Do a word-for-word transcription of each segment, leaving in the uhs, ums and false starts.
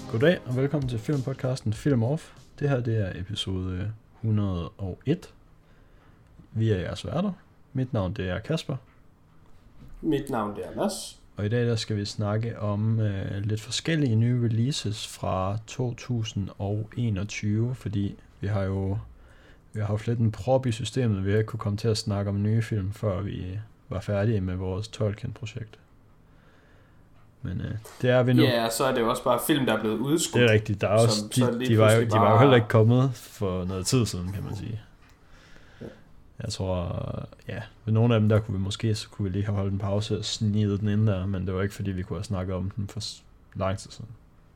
Goddag og velkommen til filmpodcasten Film Off. Det her det er episode et hundrede og en. Vi er jeres værter. Mit navn det er Kasper. Mit navn det er Mads. Og i dag der skal vi snakke om øh, lidt forskellige nye releases fra to tusind og enogtyve, fordi vi har jo vi har haft lidt en prop i systemet, vi har ikke kunne komme til at snakke om nye film, før vi var færdige med vores Tolkien-projekt. Men øh, det er vi nu. Ja, så er det jo også bare film, der er blevet udskudt. Det er rigtigt. Der er også, som, de, så de, de, var jo, de bare... var jo heller ikke kommet for noget tid siden, kan man sige. Ja. Jeg tror, ja, ved nogle af dem der kunne vi måske, så kunne vi lige have holdt en pause og sniget den ind der, men det var ikke fordi, vi kunne have snakket om den for lang tid siden.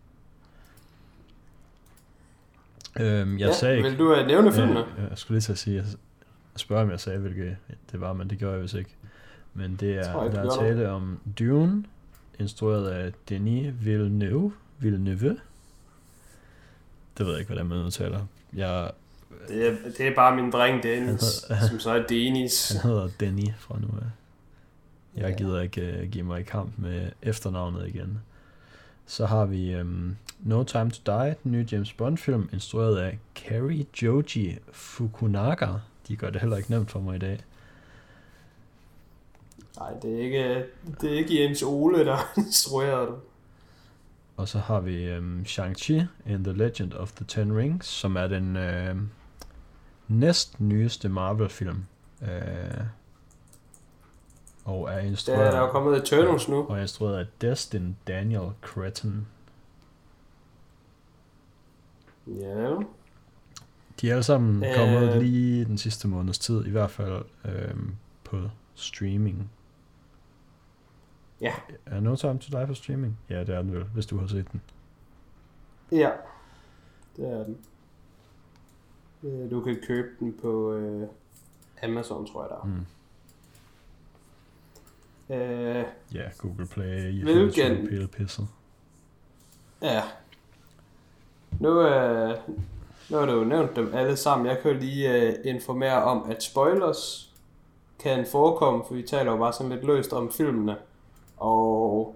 Øhm, jeg ja, sagde ikke... Vil du uh, nævne filmene? Ja, jeg skulle lige til at sige, jeg spørger, om jeg sagde, hvilket det var, men det gjorde jeg vist ikke. Men det er, ikke, der er tale om Dune, instrueret af Denis Villeneuve. Villeneuve. Det ved jeg ikke, hvordan man udtaler. Jeg, det, er, det er bare min dreng Dennis, hedder, som så er Denis. Han hedder Denis fra nu af. Jeg ja. gider ikke uh, give mig i kamp med efternavnet igen. Så har vi um, No Time to Die, den nye James Bond-film, instrueret af Cary Joji Fukunaga. De gør det heller ikke nemt for mig i dag. Nej, det er ikke, det er ikke Jens Ole, der instruerer det. Og så har vi um, Shang-Chi and the Legend of the Ten Rings, som er den uh, næst nyeste Marvel-film. Uh, og er instrueret... Der er der jo kommet Eternals nu. Og er instrueret af Destin Daniel Cretton. Ja. De er alle sammen uh, kommet lige den sidste måneds tid, i hvert fald uh, på streaming. Ja. Er No Time to Die på streaming? Ja, det er den vel, hvis du har set den. Ja, det er den. Du kan købe den på uh, Amazon, tror jeg der. Mm. Uh, ja, Google Play. Hvilken? Pillepisset. Ja. Nu, uh, nu har du jo nævnt dem alle sammen. Jeg kan jo lige uh, informere om, at spoilers kan forekomme, for vi taler jo bare sådan lidt løst om filmene. Og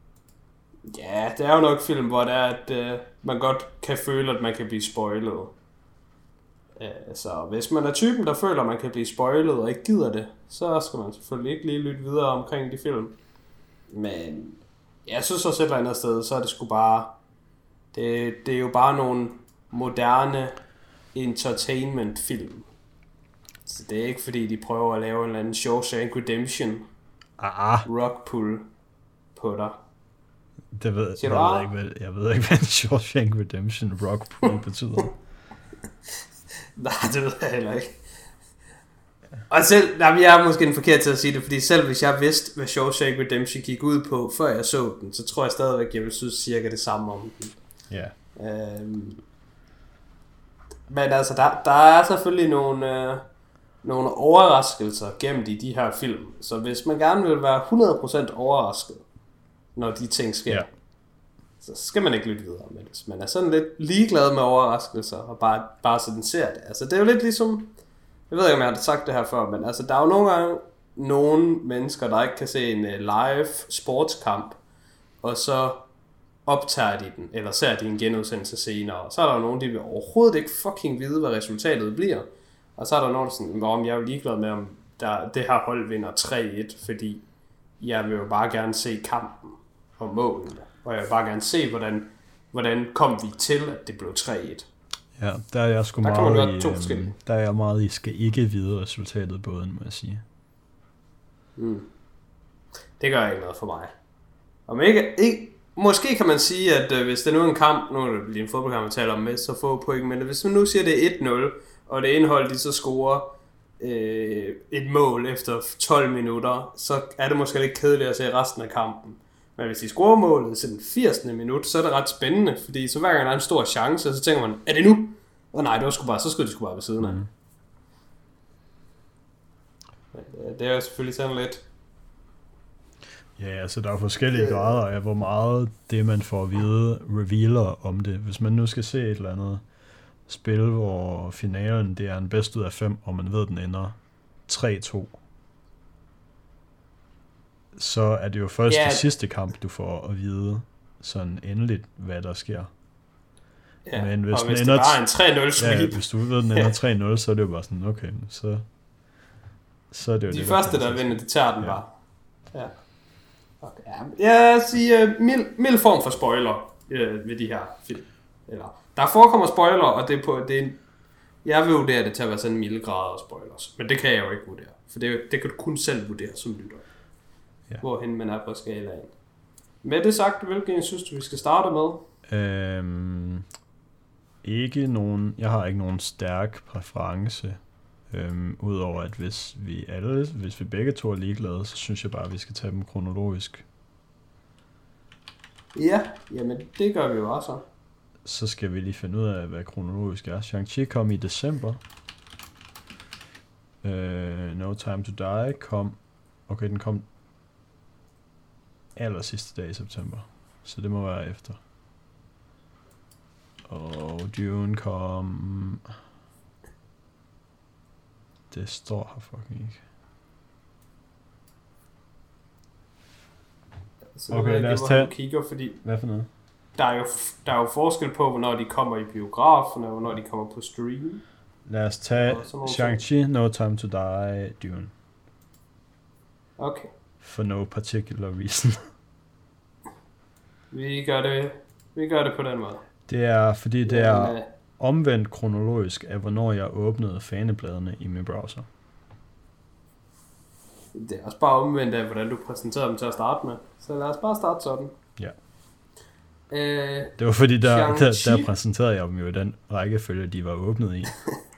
ja, det er jo nok film, hvor det er, at uh, man godt kan føle, at man kan blive spoilet. Uh, så hvis man er typen, der føler, at man kan blive spoilet og ikke gider det, så skal man selvfølgelig ikke lige lytte videre omkring de film. Men jeg synes også et eller andet sted, så er det sgu bare, det, det er jo bare nogle moderne entertainment film. Så det er ikke fordi, de prøver at lave en eller anden Shawshank Redemption ah. rockpull på dig. Det ved, jeg, jeg, ved ikke, hvad, jeg ved ikke, hvad en Shawshank Redemption rockpull betyder. Nej, det ved jeg heller ikke. Og selv, nej, jeg er måske en forkert til at sige det, fordi selv hvis jeg vidste, hvad Shawshank Redemption gik ud på, før jeg så den, så tror jeg stadigvæk, jeg ville synes cirka det samme om den. Ja. Yeah. Øhm, men altså, der, der er selvfølgelig nogle... Øh, nogle overraskelser gemt i de her film. Så hvis man gerne vil være hundrede procent overrasket, når de ting sker, yeah. så skal man ikke lytte videre med det. Hvis man er sådan lidt ligeglad med overraskelser, og bare, bare sådan ser det. Altså det er jo lidt ligesom, jeg ved ikke om jeg har sagt det her før, men altså der er jo nogle gange nogle mennesker, der ikke kan se en live sportskamp, og så optager de den, eller ser de en genudsendelse senere. Så er der jo nogen, de vil overhovedet ikke fucking vide, hvad resultatet bliver. Og så er der nogen sådan, hvor jeg er jo ligeglad med, om der, det her hold vinder tre et, fordi jeg vil jo bare gerne se kampen og målene. Og jeg vil bare gerne se, hvordan, hvordan kom vi til, at det blev tre et. Ja, der er jeg sgu der meget i, øhm, der er jeg meget i, skal ikke vide resultatet båden, må jeg sige. Mm. Det gør ikke noget for mig. Om ikke, ikke, måske kan man sige, at øh, hvis det nu er en kamp, nu er det lige en fodboldkamp, man taler om med, så få point, men hvis man nu siger, det er et nul, og det indhold, de så scorer øh, et mål efter tolv minutter, så er det måske lidt kedeligt at se resten af kampen. Men hvis de scorer målet til den firsende minut, så er det ret spændende, fordi så hver gang der er en stor chance, så tænker man, er det nu? Og nej, det var sgu bare, så skulle de sgu bare ved siden af. Mm. Men, det er jo selvfølgelig sådan lidt... Ja, altså der er forskellige grader af, hvor meget det, man får at vide, revealer om det. Hvis man nu skal se et eller andet spil, hvor finalen det er en bedst ud af fem, og man ved, den ender tre to, så er det jo først yeah. i sidste kamp, du får at vide sådan endeligt, hvad der sker. Ja, Men hvis og hvis det ender bare er en tre nul sweep. Ja, hvis du ved, den ender tre nul, så er det jo bare sådan, okay, så, så er det jo De det, første, der, der vinder, de tager den ja. bare. Ja. Okay. Ja, jeg siger uh, mild, mild form for spoiler uh, ved de her film. Eller, der forekommer spoiler, og det er på, det er, jeg vil vurdere det til at være sådan en mild grad af spoilers. Men det kan jeg jo ikke vurdere, for det, det kan du kun selv vurdere som lytter. Ja. Hvorhen man er på skalaen. Med det sagt, hvilken synes du, vi skal starte med? Øhm, ikke nogen, jeg har ikke nogen stærk præference. Øhm, Udover at hvis vi alle, hvis vi begge to er ligeglade, så synes jeg bare, at vi skal tage dem kronologisk. Ja, jamen det gør vi jo også. Så skal vi lige finde ud af, hvad kronologisk er. Shang-Chi kom i december. Uh, No Time to Die kom... Okay, den kom aller sidste dag i september. Så det må være efter. Og Dune kom... Det står her fucking ikke. Så Okay, lad os hvor tage... du kigger, fordi Hvad for noget? der er, jo, der er jo forskel på, hvornår de kommer i biografen, og hvornår de kommer på stream. Lad os tage Shang-Chi, No Time to Die, Dune. Okay. For no particular reason. Vi gør det, vi gør det på den måde. Det er, fordi det er Jamen, omvendt kronologisk af, hvornår jeg åbnede fanebladene i min browser. det er også bare omvendt af, hvordan du præsenterede dem til at starte med. Så lad os bare starte sådan. Ja. Øh, Det var fordi, der, der, Shang-Chi. der præsenterede jeg dem jo i den rækkefølge, de var åbnet i.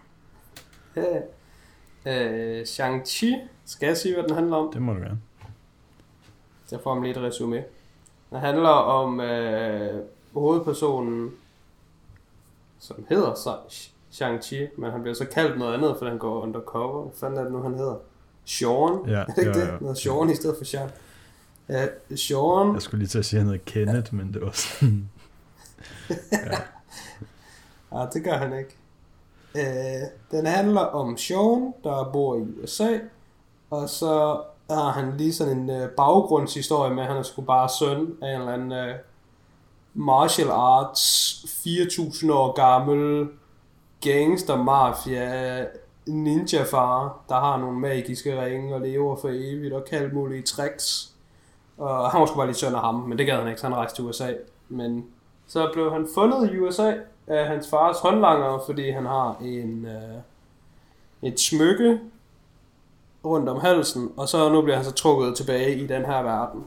øh, Shang-Chi. Skal jeg sige, hvad den handler om? Det må du gerne. Så får jeg lige et resume. Den handler om øh, hovedpersonen, som hedder Shang-Chi, men han bliver så kaldt noget andet, for han går undercover. Hvad fanden er det nu, han hedder? Sean? Ja, Er det ikke ja, det? ja. Noget Sean i stedet for Shang. Ja, Sean. Jeg skulle lige til at sige, at han hedder Kenneth, men det var sådan... ja. Ah, det gør han ikke. Øh, den handler om Sean, der bor i U S A, og så har han lige sådan en øh, baggrundshistorie med, at han er sgu bare søn af en eller anden øh, martial arts, fire tusind år gammel gangster mafia ninja far, der har nogle magiske ringe og lever for evigt og kan alt mulige tricks. Og han var sgu bare lige søn af ham, men det gad han ikke, så han rejste til U S A. Men så blev han fundet i U S A af hans fars håndlanger, fordi han har en øh, et smykke rundt om halsen, og så nu bliver han så trukket tilbage i den her verden.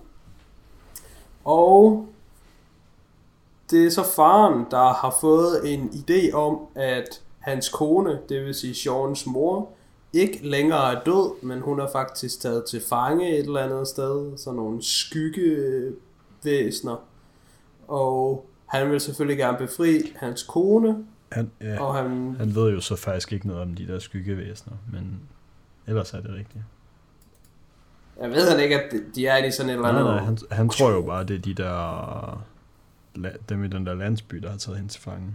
Og det er så faren, der har fået en idé om, at hans kone, det vil sige Seans mor, ikke længere er død, men hun er faktisk taget til fange et eller andet sted, sådan nogle skyggevæsner. Og han vil selvfølgelig gerne befri hans kone. Han, ja, og han, han ved jo så faktisk ikke noget om de der skyggevæsener, men ellers er det rigtigt. Jeg ved han ikke, at de er i sådan et eller andet... Nej, nej, han, han tror jo bare, det er de der... Dem i den der landsby, der har taget hende til fange.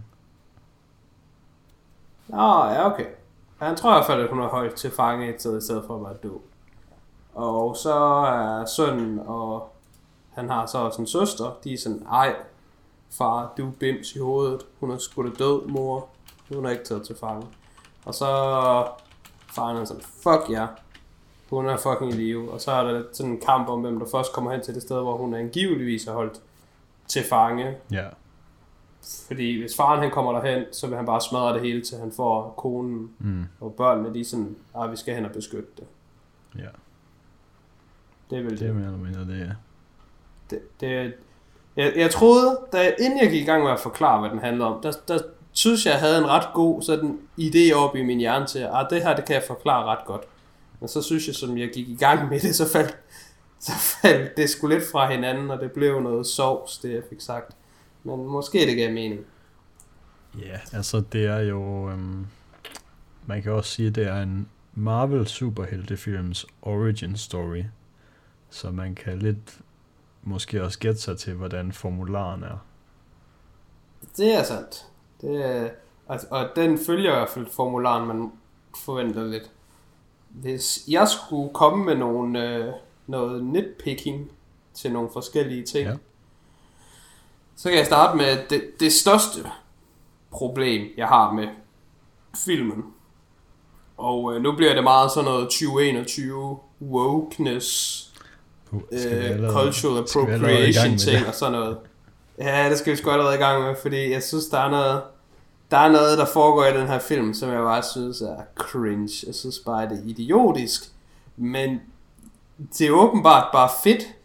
Nå, ja, okay. Han tror i hvert fald, at hun er højt til fange et sted, i stedet for at være død. Og så er sønnen, og han har så også en søster, de er sådan, ej, far, du er bims i hovedet, hun er sgu da død, mor, hun er ikke taget til fange. Og så faren er sådan, fuck ja, hun er fucking i live. Og så er der sådan en kamp om, hvem der først kommer hen til det sted, hvor hun angiveligvis er holdt til fange. Ja. Fordi hvis faren han kommer derhen, så vil han bare smadre det hele, til han får konen Mm. og børnene, de er sådan, ah, vi skal hen og beskytte det. Ja. Det er vel Det det. er mere eller mindre det, ja. det, det jeg, jeg troede, da inden jeg gik i gang med at forklare, hvad den handler om, der, der synes jeg, jeg havde en ret god sådan idé op i min hjerne til, at ah, det her, det kan jeg forklare ret godt. Men så synes jeg, som jeg gik i gang med det, så faldt, så faldt det sgu lidt fra hinanden, og det blev noget sovs, det jeg fik sagt. Men måske det gav mening. Ja, altså det er jo... Øhm, man kan også sige, at det er en Marvel superheltefilms origin story. Så man kan lidt måske også gætte sig til, hvordan formularen er. Det er sandt. Det er, altså, og den følger i hvert fald formularen, man forventer lidt. Hvis jeg skulle komme med nogle, øh, noget nitpicking til nogle forskellige ting, Ja. så kan jeg starte med det, det største problem, jeg har med filmen. Og øh, nu bliver det meget sådan noget tyve enogtyve wokeness, uh, øh, cultural appropriation ting og sådan noget. Ja, det skal vi sgu allerede i gang med, fordi jeg synes, der er noget, der er noget, der foregår i den her film, som jeg bare synes er cringe. Jeg synes bare, det er idiotisk, men det er åbenbart bare fedt,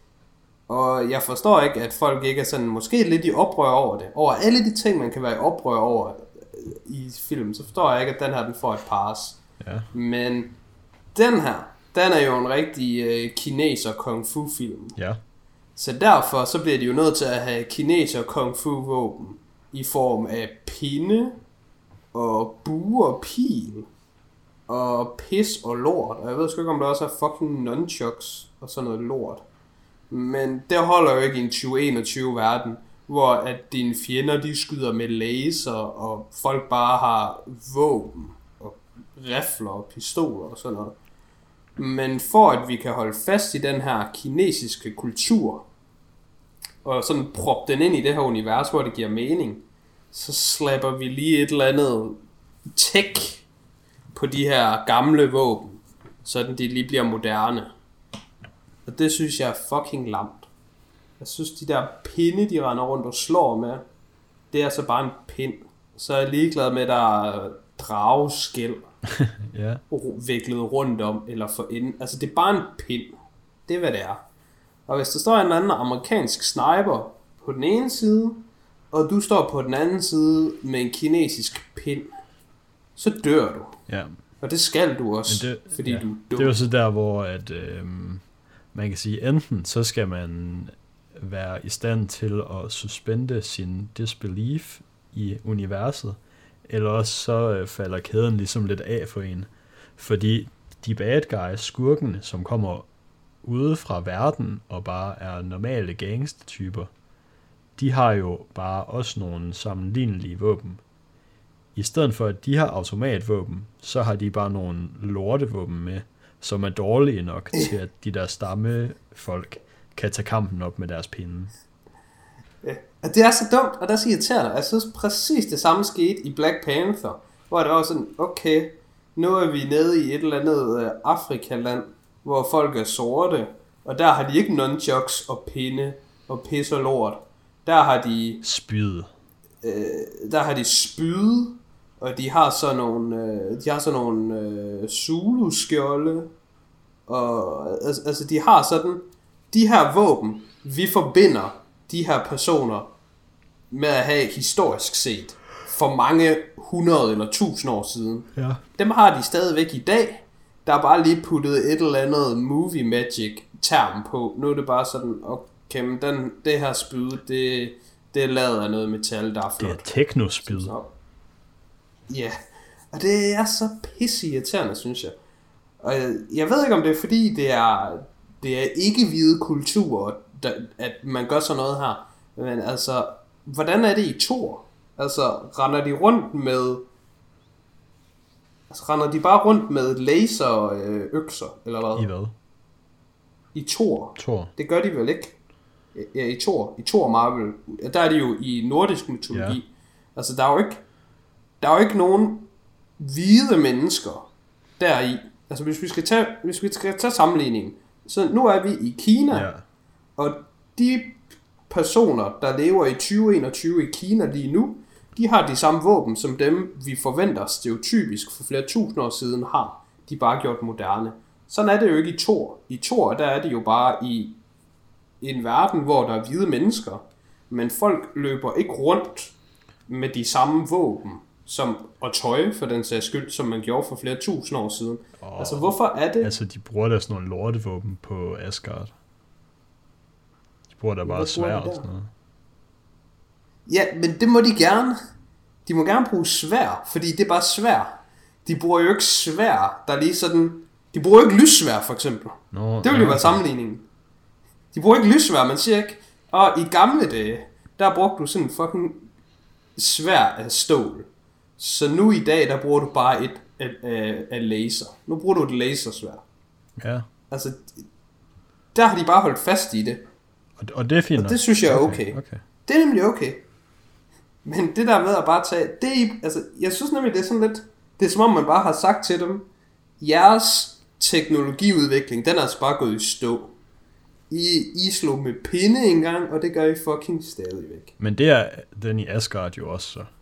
og jeg forstår ikke, at folk ikke er sådan måske lidt i oprør over det. Over alle de ting, man kan være i oprør over i filmen, så forstår jeg ikke, at den her, den får et pass. Ja. Men den her, den er jo en rigtig øh, kineser kung fu film. Ja. Så derfor så bliver de jo nødt til at have kineser kung fu våben i form af pinde og bue og pil og pis og lort. Og jeg ved sgu ikke, om der også er fucking nunchucks og sådan noget lort. Men det holder jo ikke i en tyve enogtyve verden, hvor at dine fjender, de skyder med laser, og folk bare har våben og rifler og pistoler og sådan noget. Men for at vi kan holde fast i den her kinesiske kultur, og sådan proppe den ind i det her univers, hvor det giver mening, så slapper vi lige et eller andet tech på de her gamle våben, sådan de lige bliver moderne. Og det synes jeg er fucking lamt. Jeg synes, de der pinde, de render rundt og slår med, det er altså bare en pind. Så er jeg ligeglad med, at der er drageskæld yeah. viklet rundt om, eller for inden. Altså, det er bare en pind. Det er, hvad det er. Og hvis der står en anden amerikansk sniper på den ene side, og du står på den anden side med en kinesisk pind, så dør du. Ja. Og det skal du også, det, fordi ja. du er dum. Det er jo så der, hvor at, øhm, man kan sige, enten så skal man være i stand til at suspende sin disbelief i universet, eller også så øh, falder kæden ligesom lidt af for en. Fordi de bad guys, skurkene, som kommer ude fra verden og bare er normale gangstertyper, de har jo bare også nogle sammenlignelige våben. I stedet for at de har automatvåben, så har de bare nogle lortevåben med, som er dårlige nok til at de der stammefolk kan tage kampen op med deres pinde. Ja. Og det er så dumt, og det er så irriterende. Jeg synes præcis det samme skete i Black Panther, hvor det var sådan, okay, nu er vi nede i et eller andet uh, Afrikaland, hvor folk er sorte, og der har de ikke nunchucks og pinde og pis og lort. Der har de spyd. Øh, der har de spyd, og de har sådan nogle, øh, de har sådan nogle øh, Zulu-skjolde, og altså, altså de har sådan, de her våben, vi forbinder de her personer med at have historisk set for mange hundrede eller tusind år siden. Ja. Dem har de stadigvæk i dag. Der er bare lige puttet et eller andet movie magic term på. Nu er det bare sådan, okay, men den, det her spyd, det, det er lavet af noget metal, der er flot. Det er teknospyd. Ja, og det er så pisseirriterende, synes jeg. Og jeg, jeg ved ikke, om det er fordi, det er, det er ikke-hvide kultur, der, at man gør sådan noget her. Men altså, hvordan er det i Thor? Altså, render de rundt med... Altså, render de bare rundt med laserøkser, øh, eller hvad? I hvad? I Thor. Thor. Det gør de vel ikke? Ja, i Thor. I Thor Marvel. Der er de jo i nordisk mytologi. Ja. Altså, der er jo ikke... Der er jo ikke nogen hvide mennesker deri. Altså, hvis vi skal tage, hvis vi skal tage sammenligningen. Så nu er vi i Kina, ja. Og de personer, der lever i tyve enogtyve i Kina lige nu, de har de samme våben, som dem, vi forventer stereotypisk for flere tusind år siden har. De er bare gjort moderne. Sådan er det jo ikke i Thor. I Thor, der er det jo bare i en verden, hvor der er hvide mennesker, men folk løber ikke rundt med de samme våben som, og tøj for den sags skyld, som man gjorde for flere tusind år siden. Oh, altså, hvorfor er det? Altså, de bruger der sådan nogle lortevåben på Asgard. De bruger der bare svær og sådan noget. Ja, men det må de gerne. De må gerne bruge svær, fordi det er bare svær. De bruger jo ikke svær, der er lige sådan... De bruger ikke lyssvær, for eksempel. Nå, det vil jo være sammenligningen. De bruger ikke lyssvær, man siger ikke... Og i gamle dage, der brugte du sådan en fucking svær af stål. Så nu i dag, der bruger du bare et af, af, af laser. Nu bruger du et lasersvær. Ja. Altså, der har de bare holdt fast i det. Og, og det er fint. Og det synes jeg er okay. okay. okay. Det er nemlig okay. Men det der med at bare tage, det er, altså, jeg synes nemlig, det er sådan lidt, det er som om man bare har sagt til dem, jeres teknologiudvikling, den er altså bare gået i stå. I, I slog med pinde engang, og det gør I fucking stadigvæk. Men det er den i Asgard jo også, så.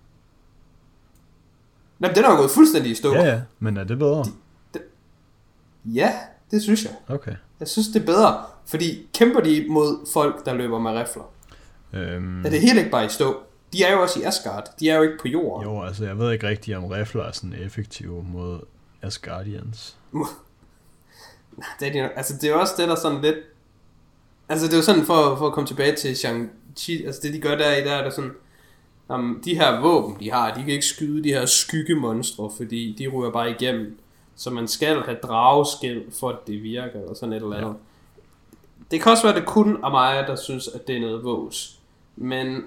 Nej, den er jo gået fuldstændig i stå. Ja, ja, men er det bedre? De, de, ja, det synes jeg. Okay. Jeg synes, det er bedre, fordi kæmper de mod folk, der løber med rifler? Øhm... Er det helt ikke bare i stå? De er jo også i Asgard. De er jo ikke på jorden. Jo, altså jeg ved ikke rigtigt, om rifler er sådan effektive mod Asgardians. det, er de, altså, det er jo også det, der sådan lidt... Altså det er jo sådan, for, for at komme tilbage til Shang-Chi, altså det de gør der i der, er der sådan... Um, de her våben, de har, de kan ikke skyde de her skyggemonstre, fordi de ryger bare igennem. Så man skal have drageskæld, for at det virker, eller sådan et eller andet. Ja. Det kan også være, det kun er mig, der synes, at det er noget vås. Men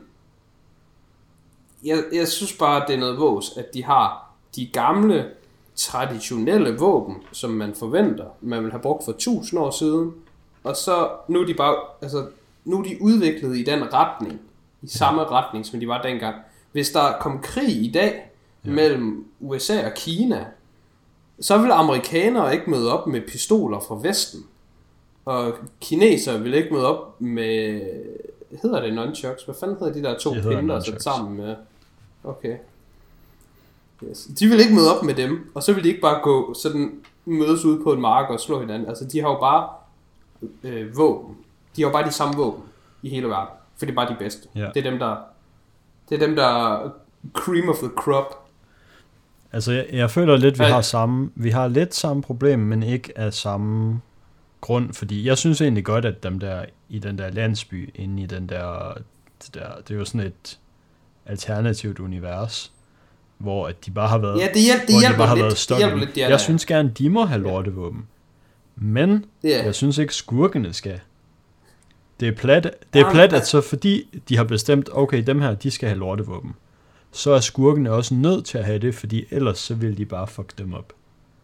jeg, jeg synes bare, at det er noget vås, at de har de gamle, traditionelle våben, som man forventer, man vil have brugt for tusind år siden. Og så nu er de bare, altså, nu er de udviklet i den retning, i samme ja. retning, som de var dengang. Hvis der kom krig i dag ja. mellem U S A og Kina, så vil amerikanere ikke møde op med pistoler fra Vesten. Og kinesere vil ikke møde op med, hedder det nunchucks? Hvad fanden hedder de der to pinde, der sat sammen med? Okay. Yes. De vil ikke møde op med dem, og så vil de ikke bare gå sådan, mødes ude på en mark og slå hinanden. Altså de har jo bare øh, våben. De har jo bare de samme våben i hele verden, for det er bare de bedste. Ja. Det er dem der, det er dem der cream of the crop. Altså jeg, jeg føler lidt, vi har samme, vi har lidt samme problem, men ikke af samme grund, fordi jeg synes egentlig godt, at dem der i den der landsby inde i den der, det der, det er jo sådan et alternativt univers, hvor at de bare har været, ja, det hjælper, det hvor hjælper de bare har lidt, været stoppet. Lidt, jeg synes gerne, de må have lortevåben, men yeah. jeg synes ikke skurkene skal. Det er plat, det er plat, at så fordi de har bestemt, okay, dem her, de skal have lortevåben, så er skurkene også nødt til at have det, fordi ellers så vil de bare fuck dem op.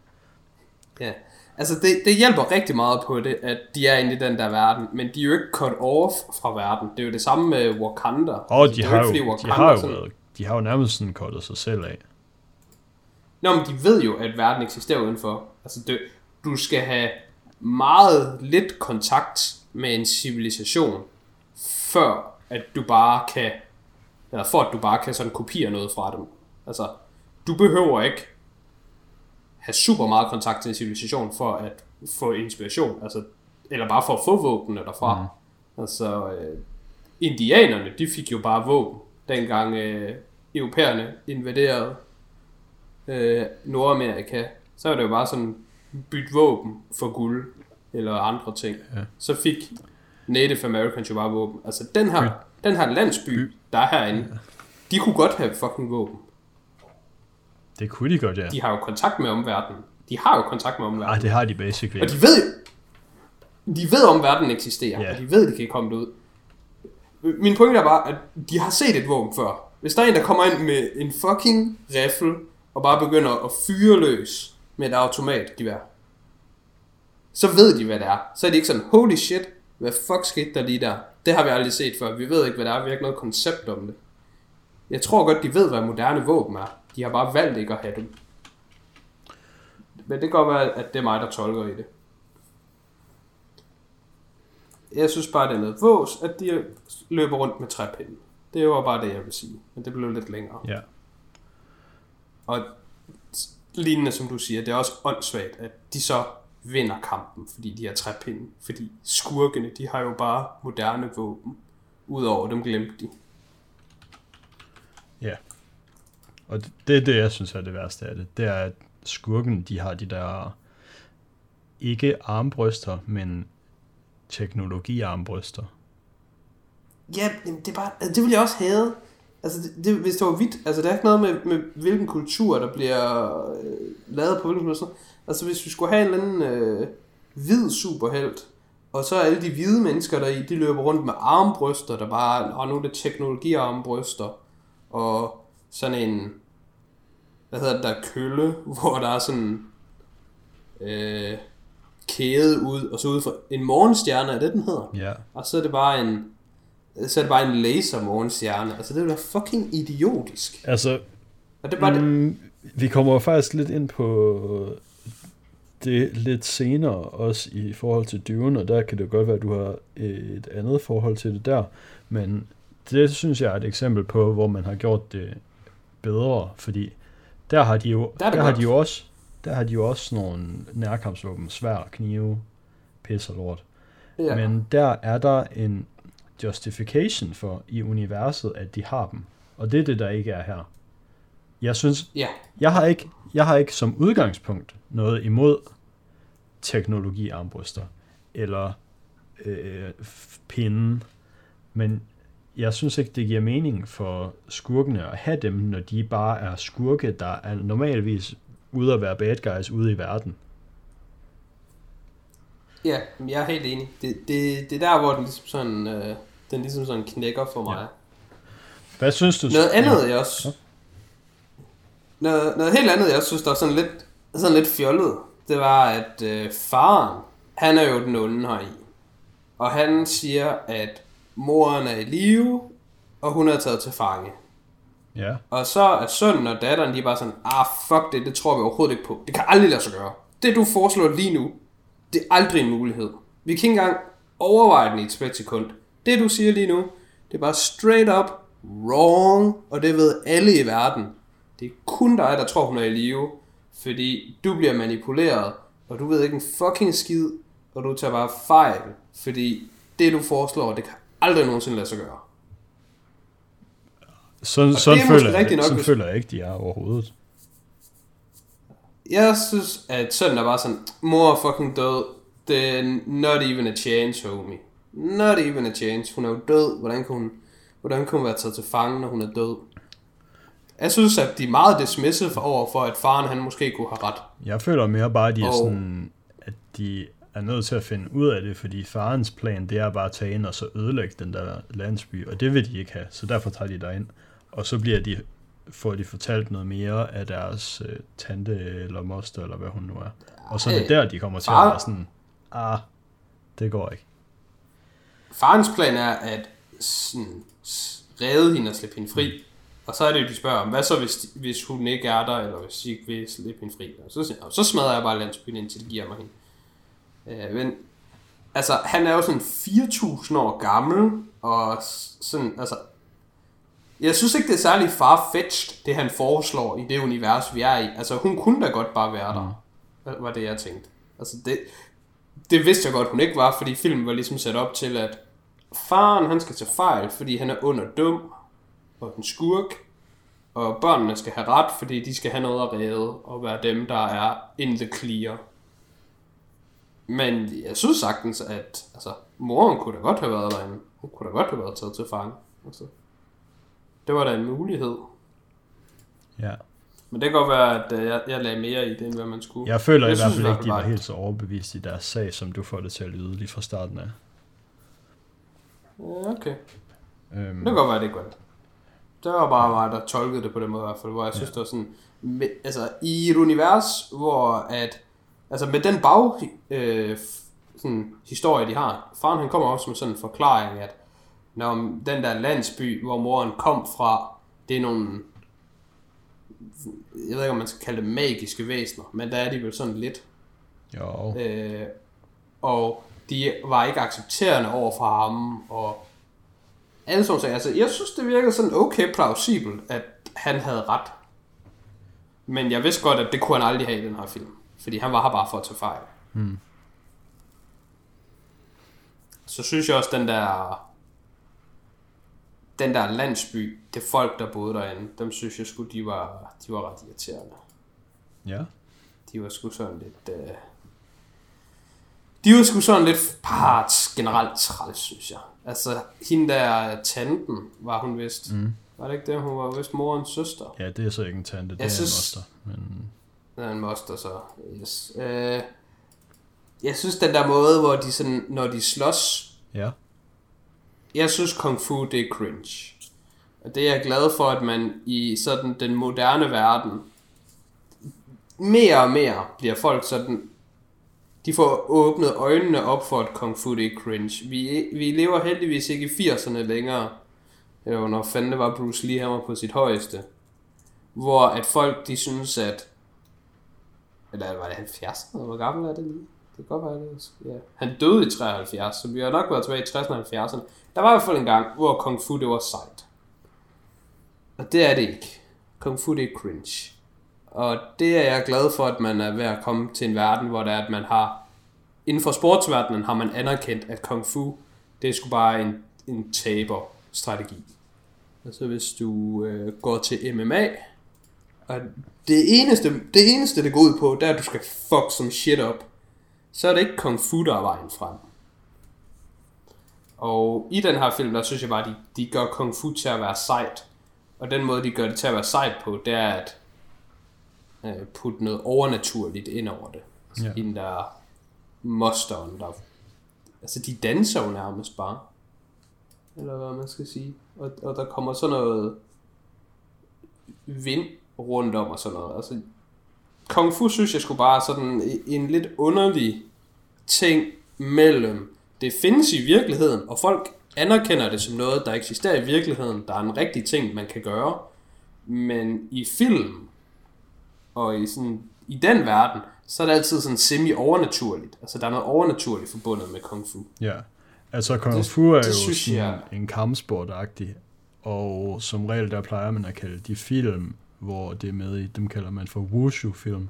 Ja, altså det, det hjælper rigtig meget på det, at de er inde i den der verden, men de er jo ikke cut off fra verden. Det er jo det samme med Wakanda. Og altså, de, har jo, de, har jo sådan, været, de har jo nærmest sådan cuttet sig selv af. Nå, men de ved jo, at verden eksisterer udenfor. Altså det, du skal have meget lidt kontakt med en civilisation, før at du bare kan, eller for at du bare kan sådan kopiere noget fra dem. Altså, du behøver ikke have super meget kontakt til en civilisation for at få inspiration, altså, eller bare for at få våbnene derfra. Mm. Altså, øh, indianerne, de fik jo bare våben, dengang øh, europæerne invaderede øh, Nordamerika. Så er det jo bare sådan, byt våben for guld, eller andre ting. Ja. Så fik Native Americans jo bare våben. Altså, den her, den her landsby, der er herinde, de kunne godt have fucking våben. Det kunne de godt, ja. De har jo kontakt med omverdenen. De har jo kontakt med omverdenen. Ah, det har de basically. Og de ved de ved om verden eksisterer, yeah. og de ved, de kan komme ud. Min pointe er bare, at de har set et våben før. Hvis der er en, der kommer ind med en fucking riffel, og bare begynder at fyre løs med et automatgevær, så ved de, hvad det er. Så er de ikke sådan, holy shit, hvad fuck skete der lige der? Det har vi aldrig set før. Vi ved ikke, hvad det er. Vi har ikke noget koncept om det. Jeg tror godt, de ved, hvad moderne våben er. De har bare valgt ikke at have dem. Men det kan godt være, at det er mig, der tolker i det. Jeg synes bare, det er noget vås, at de løber rundt med træpinde. Det er jo bare det, jeg vil sige. Men det blev lidt længere. Ja. Og lignende, som du siger, det er også åndssvagt, at de så vinder kampen, fordi de har træpinde. Fordi skurkene, de har jo bare moderne våben. Udover dem glemte de. Ja. Og det er det, jeg synes er det værste af det. Det er, at skurken, de har de der ikke armbryster, men teknologi-armbryster. Ja, det er bare, altså, det vil jeg også have. Altså, det, det, hvis det var vidt, altså, det er ikke noget med, med hvilken kultur, der bliver øh, lavet på hvilken måde. Altså, hvis vi skulle have en eller anden øh, hvid superhelt, og så er alle de hvide mennesker der i, de løber rundt med armbryster, der bare, og nu er det teknologi-armbryster, og sådan en, hvad hedder det der, kølle, hvor der er sådan øh, kæde ud, og så ud for en morgenstjerne, er det den hedder? Ja. Og så er det bare en, så er det bare en laser Morens hjerne. Altså, det er jo fucking idiotisk. Altså, og det er bare mm, det. Vi kommer faktisk lidt ind på det lidt senere, også i forhold til Dune, og der kan det godt være, at du har et andet forhold til det der, men det synes jeg er et eksempel på, hvor man har gjort det bedre, fordi der har de jo, der, der har de jo også, der har de jo også nogle nærkampsvåben, sværd, knive, pis og lort. Ja. Men der er der en justification for i universet, at de har dem, og det er det, der ikke er her. Jeg synes, ja. jeg har ikke, jeg har ikke som udgangspunkt noget imod teknologiarmbryster eller øh, pinden, men jeg synes ikke, det giver mening for skurkene at have dem, når de bare er skurke, der er normalvis ude at være bad guys ude i verden. Ja, jeg er helt enig. Det, det, det er der, hvor den ligesom sådan, øh, den ligesom sådan knækker for mig. Ja. Hvad synes du? Noget andet, jeg også... Ja. Noget, noget helt andet, jeg også synes, der var sådan lidt, sådan lidt fjollet, det var, at øh, faren, han er jo den onde her i. Og han siger, at moren er i live, og hun er taget til fange. Ja. Og så er sønnen og datteren, de er bare sådan, ah, fuck det, det tror vi overhovedet ikke på. Det kan aldrig lade sig gøre. Det, du foreslår lige nu, det er aldrig en mulighed. Vi kan ikke engang overveje den i et splitsekund. Det, du siger lige nu, det er bare straight up wrong, og det ved alle i verden. Det er kun dig, der tror, hun er i live, fordi du bliver manipuleret, og du ved ikke en fucking skid, og du tager bare fejl, fordi det, du foreslår, det kan aldrig nogensinde lade sig gøre. Sådan, sådan, føler, jeg, nok, sådan hvis... føler jeg ikke, de er overhovedet. Jeg synes, at sønnen er bare sådan, mor er fucking død, det er not even a chance, homie. Not even a chance. Hun er jo død, hvordan kan hun, hvordan kan hun være taget til fange, når hun er død? Jeg synes, at de er meget dismissive for over for, at faren han måske kunne have ret. Jeg føler mere bare, at de er sådan, at de er nødt til at finde ud af det, fordi farens plan, det er bare at tage ind og så ødelægge den der landsby, og det vil de ikke have, så derfor tager de derind. Og så bliver de, får de fortalt noget mere af deres øh, tante eller moster, eller hvad hun nu er. Og så er det der, de kommer til Far... at være sådan, ah, det går ikke. Farens plan er at sådan, redde hende og slippe hende fri. Mm. Og så er det jo, de spørger, hvad så hvis, hvis hun ikke er der, eller hvis de ikke vil slippe hende fri? Og så, så smadrer jeg bare landsbyen, indtil de giver mig hende. Øh, men, altså, han er jo sådan fire tusind år gammel, og sådan, altså, jeg synes ikke, det er særlig far-fetched, det han foreslår i det univers, vi er i. Altså, hun kunne da godt bare være der, mm. var det, jeg tænkte. Altså, det, det vidste jeg godt, hun ikke var, fordi filmen var ligesom sat op til, at faren, han skal tage fejl, fordi han er under dum, og en skurk, og børnene skal have ret, fordi de skal have noget at redde, og være dem, der er in the clear. Men jeg synes sagtens, at altså, moren kunne da godt have været derinde. Hun kunne da godt have været taget til fange. Altså, det var da en mulighed. Ja. Men det kan godt være, at jeg, jeg lagde mere i det, end hvad man skulle. Jeg føler jeg i hvert fald ikke, de var helt så overbevist i deres sag, som du får det til at lyde lige fra starten af. Ja, okay. Øhm. Det kan godt være, det ikke var det. Det var bare mig, der tolkede det på den måde i hvert fald, hvor jeg synes, ja. Det var sådan, med, altså i et univers, hvor at, altså med den bag, øh, sådan, historie, de har, faren han kommer også med sådan en forklaring, at når den der landsby, hvor moren kom fra, det er nogle, jeg ved ikke, om man skal kalde det magiske væsener, men der er de vel sådan lidt. Jo. Øh, og de var ikke accepterende over for ham, og alle sådan ting. Altså, jeg synes, det virker sådan okay plausibelt, at han havde ret. Men jeg vidste godt, at det kunne han aldrig have i den her film. Fordi han var her bare for at tage fejl. Hmm. Så synes jeg også, den der den der landsby, det folk, der boede derinde, dem synes jeg sgu, de var, de var ret irriterende. Ja. De var sgu sådan lidt... Uh... De var sgu sådan lidt parts generelt træls, synes jeg. Altså, hende der tanten, var hun vist. Mm. Var det ikke det? Hun var vist morens søster. Ja, det er så ikke en tante, det jeg er synes, en moster. Men... Det er en moster, så. Yes. Uh, jeg synes, den der måde, hvor de sådan, når de slås... Ja. Jeg synes, kung fu, det er cringe. Og det er jeg glad for, at man i sådan den moderne verden, mere og mere bliver folk sådan de får åbnet øjnene op for, at kung fu det er cringe. Vi, vi lever heldigvis ikke i firserne længere, jo, når fanden det var Bruce Lee, han var på sit højeste, hvor at folk, de synes, at, eller var det halvfjerdserne, hvor gammel er det lige? Det kan godt være det. Ja. Han døde i treoghalvfjerds, så vi har nok været tilbage i tresserne og halvfjerdserne. Der var i hvert fald en gang, hvor kung fu det var sejt. Og det er det ikke. Kung fu det er cringe. Og det er jeg glad for, at man er ved at komme til en verden, hvor det er, at man har, inden for sportsverdenen har man anerkendt, at kung fu, det er sgu bare en, en taber-strategi. Altså hvis du øh, går til M M A, og det eneste, det eneste, det går ud på, det er, at du skal fuck some shit op, så er det ikke kung fu, der er vejen frem. Og i den her film, der synes jeg bare, at de, de gør kung fu til at være sejt. Og den måde, de gør det til at være sejt på, det er at øh, putte noget overnaturligt ind over det. Altså yeah. Den der mosteren, der... Altså, de danser jo nærmest bare. Eller hvad man skal sige. Og, og der kommer sådan noget vind rundt om og sådan noget. Altså, kung fu synes jeg skulle bare sådan en lidt underlig ting mellem det findes i virkeligheden, og folk anerkender det som noget, der eksisterer i virkeligheden. Der er en rigtig ting, man kan gøre. Men i film, og i, sådan, i den verden, så er det altid sådan semi-overnaturligt. Altså, der er noget overnaturligt forbundet med kung fu. Ja, altså kung fu er det, jo det sådan jeg... en kampsport-agtig, og som regel, der plejer man at kalde de film, hvor det er med i, dem kalder man for wushu-film.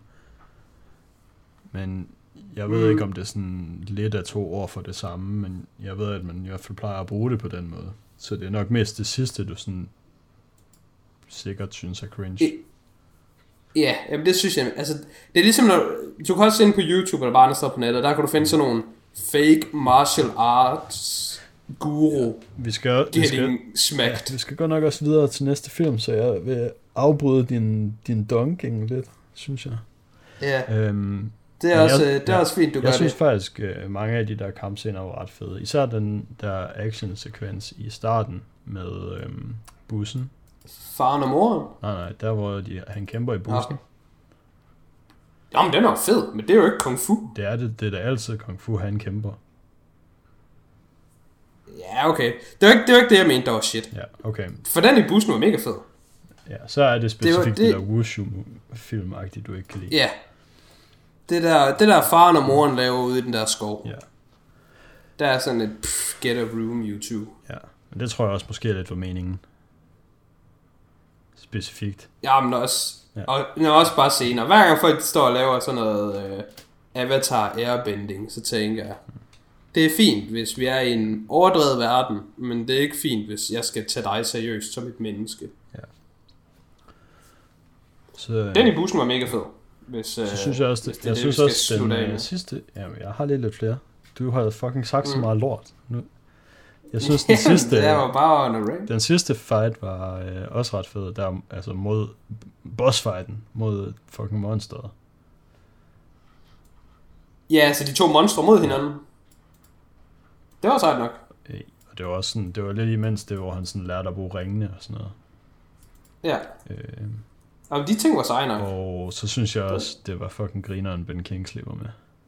Men jeg ved mm. ikke, om det er sådan lidt af to ord for det samme, men jeg ved, at man i hvert fald plejer at bruge det på den måde. Så det er nok mest det sidste, du sådan sikkert synes er cringe. I, ja, jamen det synes jeg. Altså, det er ligesom, når du kan også se ind på YouTube eller bare andre steder på nettet, der kan du finde sådan nogle fake martial arts guru. Ja, vi skal, vi skal, ja, vi skal godt nok også videre til næste film, så jeg vil afbryde din, din dunking lidt, synes jeg. Ja. Øhm, Det er, også, jeg, det er ja, også fint, du gør det. Jeg synes faktisk, at mange af de der kampscener var ret fede. Især den der action-sekvens i starten med øhm, bussen. Faren og moren? Nej, nej, der hvor de, han kæmper i bussen. Okay. Jamen, den er jo fed, men det er jo ikke kung fu. Det er det, det er da altid kung fu, han kæmper. Ja, okay. Det var ikke det, var ikke det jeg mente, der var shit. Ja, okay. For den i bussen var mega fed. Ja, så er det specifikt det, det... det der wushu-film-agtigt, du ikke kan lide. Ja. Det der, det der faren og moren laver ude i den der skov. Ja. Der er sådan et pff, get a room YouTube. Ja, men det tror jeg også måske er lidt for meningen. Specifikt. Ja, men også, ja. Og, men også bare senere. Hver gang folk står og laver sådan noget uh, Avatar airbending, så tænker jeg, det er fint, hvis vi er i en overdrevet verden, men det er ikke fint, hvis jeg skal tage dig seriøst som et menneske. Ja. Så, den i bussen var mega fed. Hvis, så øh, synes jeg også, det, det jeg det, synes også den øh, sidste, jamen jeg har lidt lidt flere. Du har fucking sagt mm. så meget lort nu. Jeg synes den sidste, det var bare on a rank. Den sidste fight var øh, også ret fed, der altså mod bossfighten mod fucking monsteret. Ja, så de to monstre mod hinanden. Det var sejt nok. Øh, og det var også sådan, det var lidt imens det, hvor han sådan lærte at bruge ringene og sådan noget. Ja. Øh, Og de ting var seje nok. Og så synes jeg også, det var fucking grineren, Ben Kingsley var med.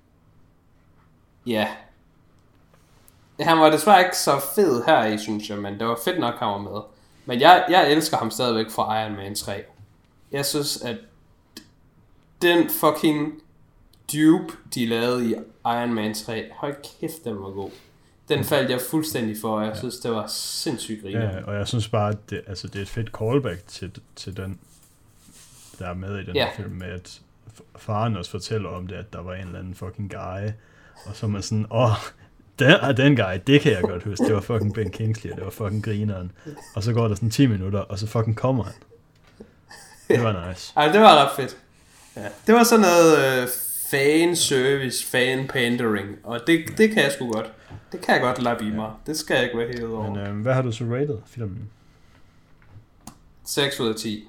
Ja. Han var desværre ikke så fed her i, synes jeg, men det var fedt nok, han var med. Men jeg, jeg elsker ham stadigvæk fra Iron Man tre. Jeg synes, at den fucking dupe, de lavede i Iron Man tre, hold kæft, den var god. Den faldt jeg fuldstændig for, og jeg ja. synes, det var sindssygt griner. Ja, og jeg synes bare, at det, altså, det er et fedt callback til, til den, der er med i den ja. her film, med at faren også fortæller om det, at der var en eller anden fucking guy, og så er man sådan, åh, oh, den, den guy, det kan jeg godt huske, det var fucking Ben Kingsley, og det var fucking grineren, og så går der sådan ti minutter, og så fucking kommer han. Det var nice. Ej, det var ret fedt. Ja. Det var sådan noget øh, fanservice, fan-pandering, og det, det kan jeg sgu godt. Det kan jeg godt lappe i mig. Det skal jeg ikke være helt over. Men øh, hvad har du så rated filmen? seks ud af ti.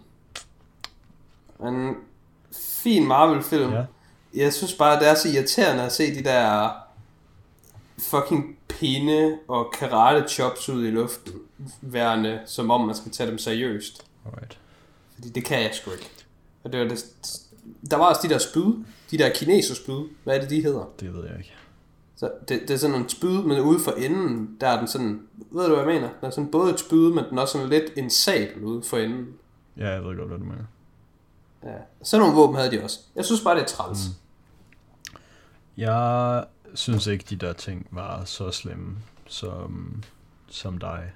En fin Marvel-film. Ja. Jeg synes bare, det er så irriterende at se de der fucking pinde og karate chops ud i luften, værende, som om man skal tage dem seriøst. Alright. Fordi det kan jeg sgu ikke. Og det var det, der var også de der spyd, de der kineserspyd, hvad er det, de hedder? Det ved jeg ikke. Så det, det er sådan en spyd, men ude for enden, der er den sådan, ved du hvad jeg mener? Der er sådan både et spyd, men den er også sådan lidt en sabel ude for enden. Ja, jeg ved godt, hvad du mener. Ja, sådan nogle våben havde de også. Jeg synes bare, det er træls. Mm. Jeg synes ikke, de der ting var så slemme som, som dig.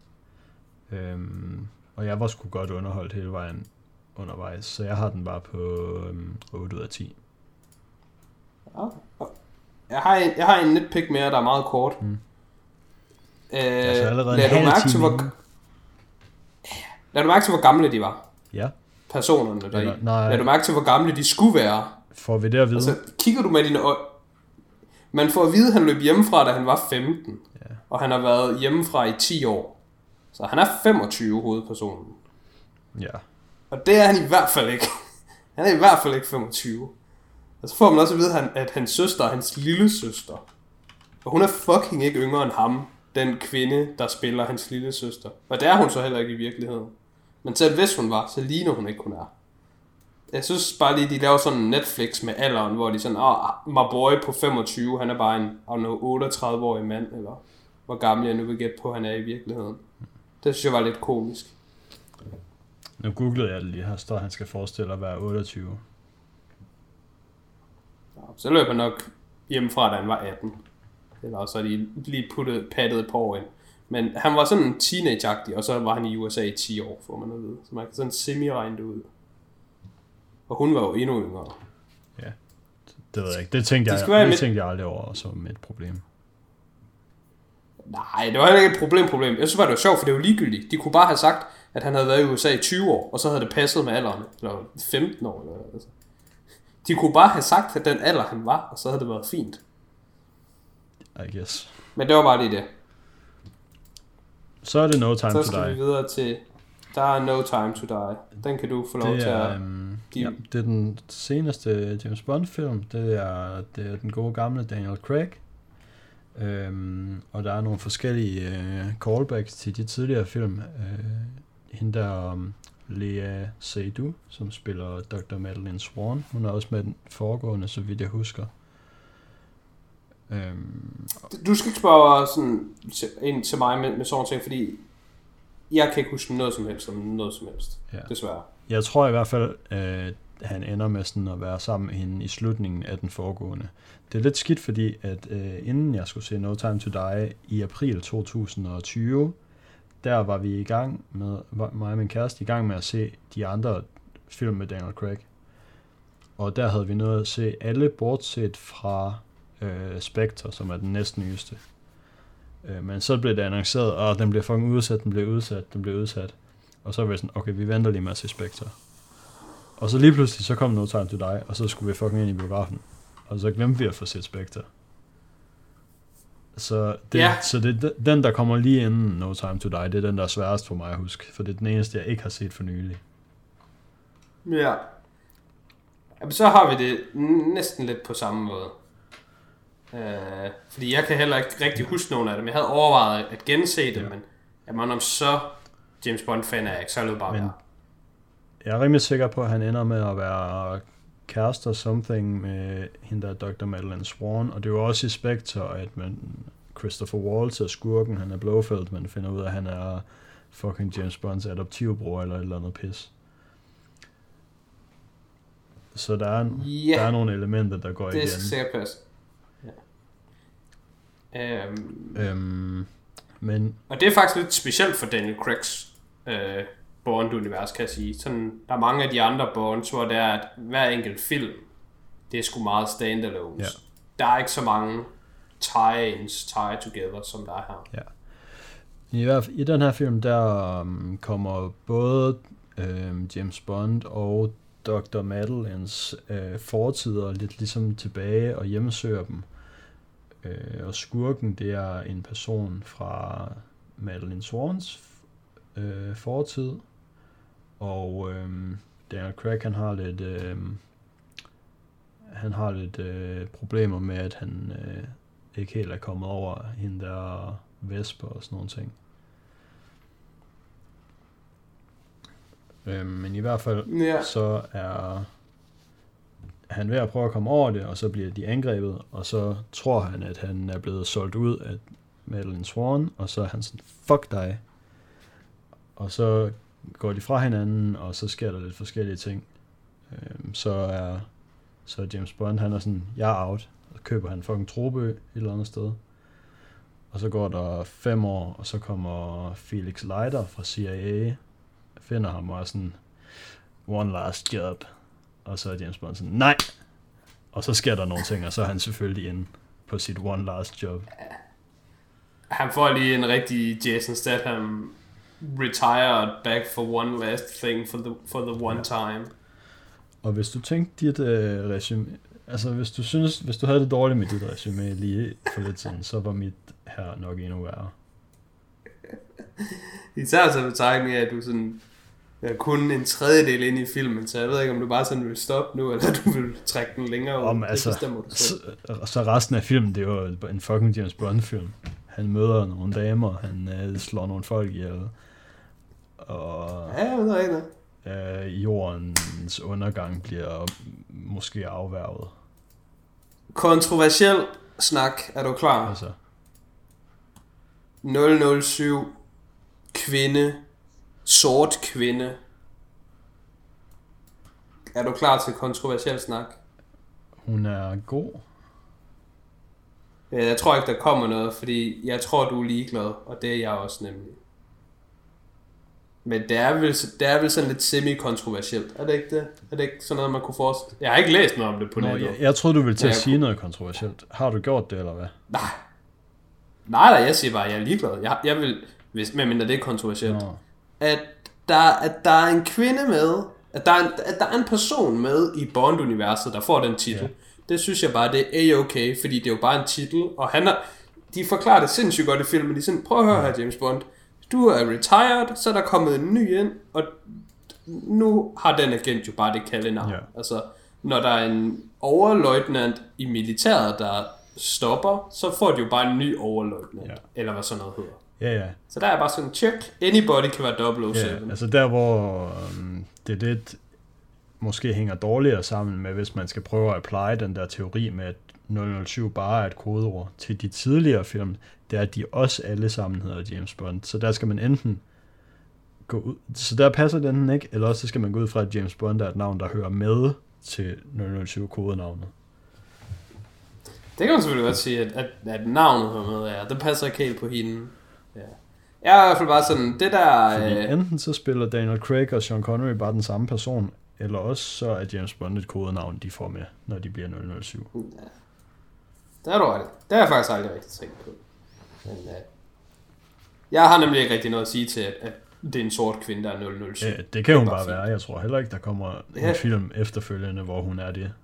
Øhm, og jeg var sgu godt underholdt hele vejen undervejs, så jeg har den bare på øhm, otte ud af ti. Ja. Jeg har en, jeg har en nitpick mere, der er meget kort. Mm. Øh, altså allerede lad, en du mærke time til, hvor, lad du mærke til, hvor gamle de var? Ja. Personerne deri. Eller, nej. Lad du mærke til, hvor gamle de skulle være? Får vi det at vide? Altså, kigger du med dine øjne... Man får at vide, at han løb hjemmefra, da han var femten. Ja. Og han har været hjemmefra i ti år. Så han er femogtyve, hovedpersonen. Ja. Og det er han i hvert fald ikke. Han er i hvert fald ikke femogtyve. Og så får man også at vide, at hans søster er hans lille søster. Og hun er fucking ikke yngre end ham, den kvinde, der spiller hans lille søster. Og det er hun så heller ikke i virkeligheden. Men selv hvis hun var, så ligner hun ikke, hun er. Jeg synes bare lige, de laver sådan en Netflix med alderen, hvor de sådan, åh, oh, my boy på femogtyve, han er bare en otteogtredive-årig mand, eller hvor gammel jeg nu vil gætte på, han er i virkeligheden. Det synes jeg var lidt komisk. Nu googlede jeg det lige, her står, at han skal forestille at være otteogtyve. Ja, så løb han nok hjemmefra, da han var atten. Eller så er de lige puttet, pattet et par år ind. Men han var sådan en teenage-agtig, og så var han i U S A i ti år, får man at vide. Så man kan sådan semi-regne det ud. Og hun var jo endnu yngre. Ja, det ved jeg ikke. Det tænkte, det jeg, det tænkte jeg aldrig over som et problem. Nej, det var heller ikke et problem, problem. Jeg synes bare, det var sjovt, for det var ligegyldigt. De kunne bare have sagt, at han havde været i U S A i tyve år, og så havde det passet med alderen. Eller femten år. Eller, altså. De kunne bare have sagt, at den alder han var, og så havde det været fint. I guess. Men det var bare lige det. Så er det No Time to Die. Så skal vi videre til... Der er No Time to Die. Den kan du få lov til at um, give. Ja, det er den seneste James Bond film. Det er, det er den gode gamle Daniel Craig. Um, og der er nogle forskellige uh, callbacks til de tidligere film. Uh, hende der um, Lea Seydoux, som spiller doktor Madeleine Swan. Hun er også med den foregående, så vidt jeg husker. Um, du skal ikke spørge sådan ind til mig med, med sådan ting, fordi jeg kan ikke huske noget som helst om noget som helst, ja. Desværre. Jeg tror i hvert fald, at han ender med sådan at være sammen med hende i slutningen af den foregående. Det er lidt skidt, fordi at uh, inden jeg skulle se No Time to Die i april to tusind og tyve, der var vi i gang med, mig og min kæreste i gang med at se de andre film med Daniel Craig. Og der havde vi nået at se alle, bortset fra uh, Spectre, som er den næstnyeste. Uh, men så blev det annonceret, og den bliver fucking udsat, den bliver udsat, den bliver udsat. Og så var vi sådan, okay, vi venter lige med at se Spectre. Og så lige pludselig, så kom No Time to Die, og så skulle vi fucking ind i biografen. Og så glemte vi at få set Spectre. Så, det, yeah. så det, den, der kommer lige inden No Time to Die, det er den, der er sværest for mig at huske. For det er den eneste, jeg ikke har set for nylig. Ja. Jamen, så har vi det næsten lidt på samme måde. Øh, fordi jeg kan heller ikke rigtig huske nogen af dem. Jeg havde overvejet at gense dem, ja. Men jamen, om så James Bond-fan er jeg ikke, så er det bare men jeg er rimelig sikker på, at han ender med at være kærester something med hende der doktor Madeleine Swan, og det er jo også i Spectre, at man, Christopher Waltz er skurken, han er Blofeld, man finder ud af, at han er fucking James Bonds adoptivbror eller et eller andet pis. Så der er, yeah. der er nogle elementer, der går det igen. Det skal sikkert passe. Ja. Um, øhm, men og det er faktisk lidt specielt for Daniel Craigs øh, Bond-univers, kan jeg sige. Sådan, der er mange af de andre Bonds, hvor det er, at hver enkelt film, det er sgu meget standalones. Ja. Der er ikke så mange tie-ins, tie-together, som der er her. Ja. I hvert fald, i den her film, der um, kommer både um, James Bond og doktor Madeleines uh, fortider lidt ligesom tilbage og hjemmesøger dem. Uh, og skurken, det er en person fra Madeleine Swans uh, fortid. Og um, Daniel Craig, han har lidt, um, han har lidt uh, problemer med, at han uh, ikke helt er kommet over hende der Vesper og sådan nogle ting. Um, men i hvert fald, yeah. så er han er ved at prøve at komme over det, og så bliver de angrebet, og så tror han, at han er blevet solgt ud af Madeline Swan, og så er han sådan, fuck dig. Og så går de fra hinanden, og så sker der lidt forskellige ting. Øhm, så er så er James Bond, han er sådan, jeg er out, og så køber han fucking Trobø et eller andet sted. Og så går der fem år, og så kommer Felix Leiter fra C I A, finder ham og er sådan, one last job. Og så er James Bond sådan, nej! Og så sker der nogle ting, og så er han selvfølgelig inde på sit one last job. Han får lige en rigtig Jason Statham retired back for one last thing for the, for the one time. Og hvis du tænkte dit øh, resume, altså hvis du synes, hvis du havde det dårligt med dit resume lige for lidt siden, så var mit her nok endnu værre. Især så betegning af, at du sådan er kun en tredjedel ind i filmen, så jeg ved ikke, om du bare sådan vil stoppe nu, eller du vil trække den længere ud. Om, altså, så, så resten af filmen, det er jo en fucking James Bond-film. Han møder nogle damer, han øh, slår nogle folk ihjel, og ja, jeg ved ikke øh, jordens undergang bliver måske afværget. Kontroversiel snak, er du klar? Altså. nul nul syv kvinde, sort kvinde. Er du klar til kontroversiel snak? Hun er god. Jeg tror ikke, der kommer noget, fordi jeg tror, du er ligeglad, og det er jeg også nemlig. Men det er vel, det er vel sådan lidt semi-kontroversielt, er det ikke det? Er det ikke sådan noget, man kunne forestille? Jeg har ikke læst noget om det på Nå, nettet. Jeg, jeg troede, du ville til at sige kunne... noget kontroversielt. Har du gjort det, eller hvad? Nej. Nej, nej, jeg siger bare, at jeg er ligeglad. Jeg, jeg vil, hvis, medmindre det er kontroversielt, Nå. at der, at der er en kvinde med, at der er en, at der er en person med i Bond-universet, der får den titel. Ja. Det synes jeg bare, det er a-okay, fordi det er jo bare en titel, og han er, de forklarer det sindssygt godt i filmen. De er sådan, prøv at høre her, James Bond. Du er retired, så er der kommet en ny ind, og nu har den agent jo bare det kaldenavn. Ja. Altså, når der er en overløjtnant i militæret, der stopper, så får de jo bare en ny overløjtnant, ja. Eller hvad sådan noget hedder. Ja, ja. Så der er bare sådan, check, anybody kan være double oh syv. Ja, altså der, hvor um, det lidt måske hænger dårligere sammen med, hvis man skal prøve at apply den der teori med, at nul nul syv bare er et kodeord til de tidligere film, det er, at de også alle sammen hedder James Bond. Så der skal man enten gå ud, så der passer den ikke, eller også skal man gå ud fra, at James Bond er et navn, der hører med til nul nul syv-kodenavnet. Det kan man selvfølgelig godt sige, at, at, at navnet hører med, ja. Det passer ikke helt på hende. Ja. Jeg er i hvert fald bare sådan, det der... Fordi øh... enten så spiller Daniel Craig og Sean Connery bare den samme person, eller også så er James Bond et kodenavn, de får med, når de bliver nul nul syv. Ja. Det er du ret. Det har jeg faktisk aldrig rigtig tænkt på. Men uh, jeg har nemlig ikke rigtig noget at sige til, at, at det er en sort kvinde, der er nul nul syv. Ja, det kan hun bare, bare være. Jeg tror heller ikke, der kommer ja. en film efterfølgende, hvor hun er det.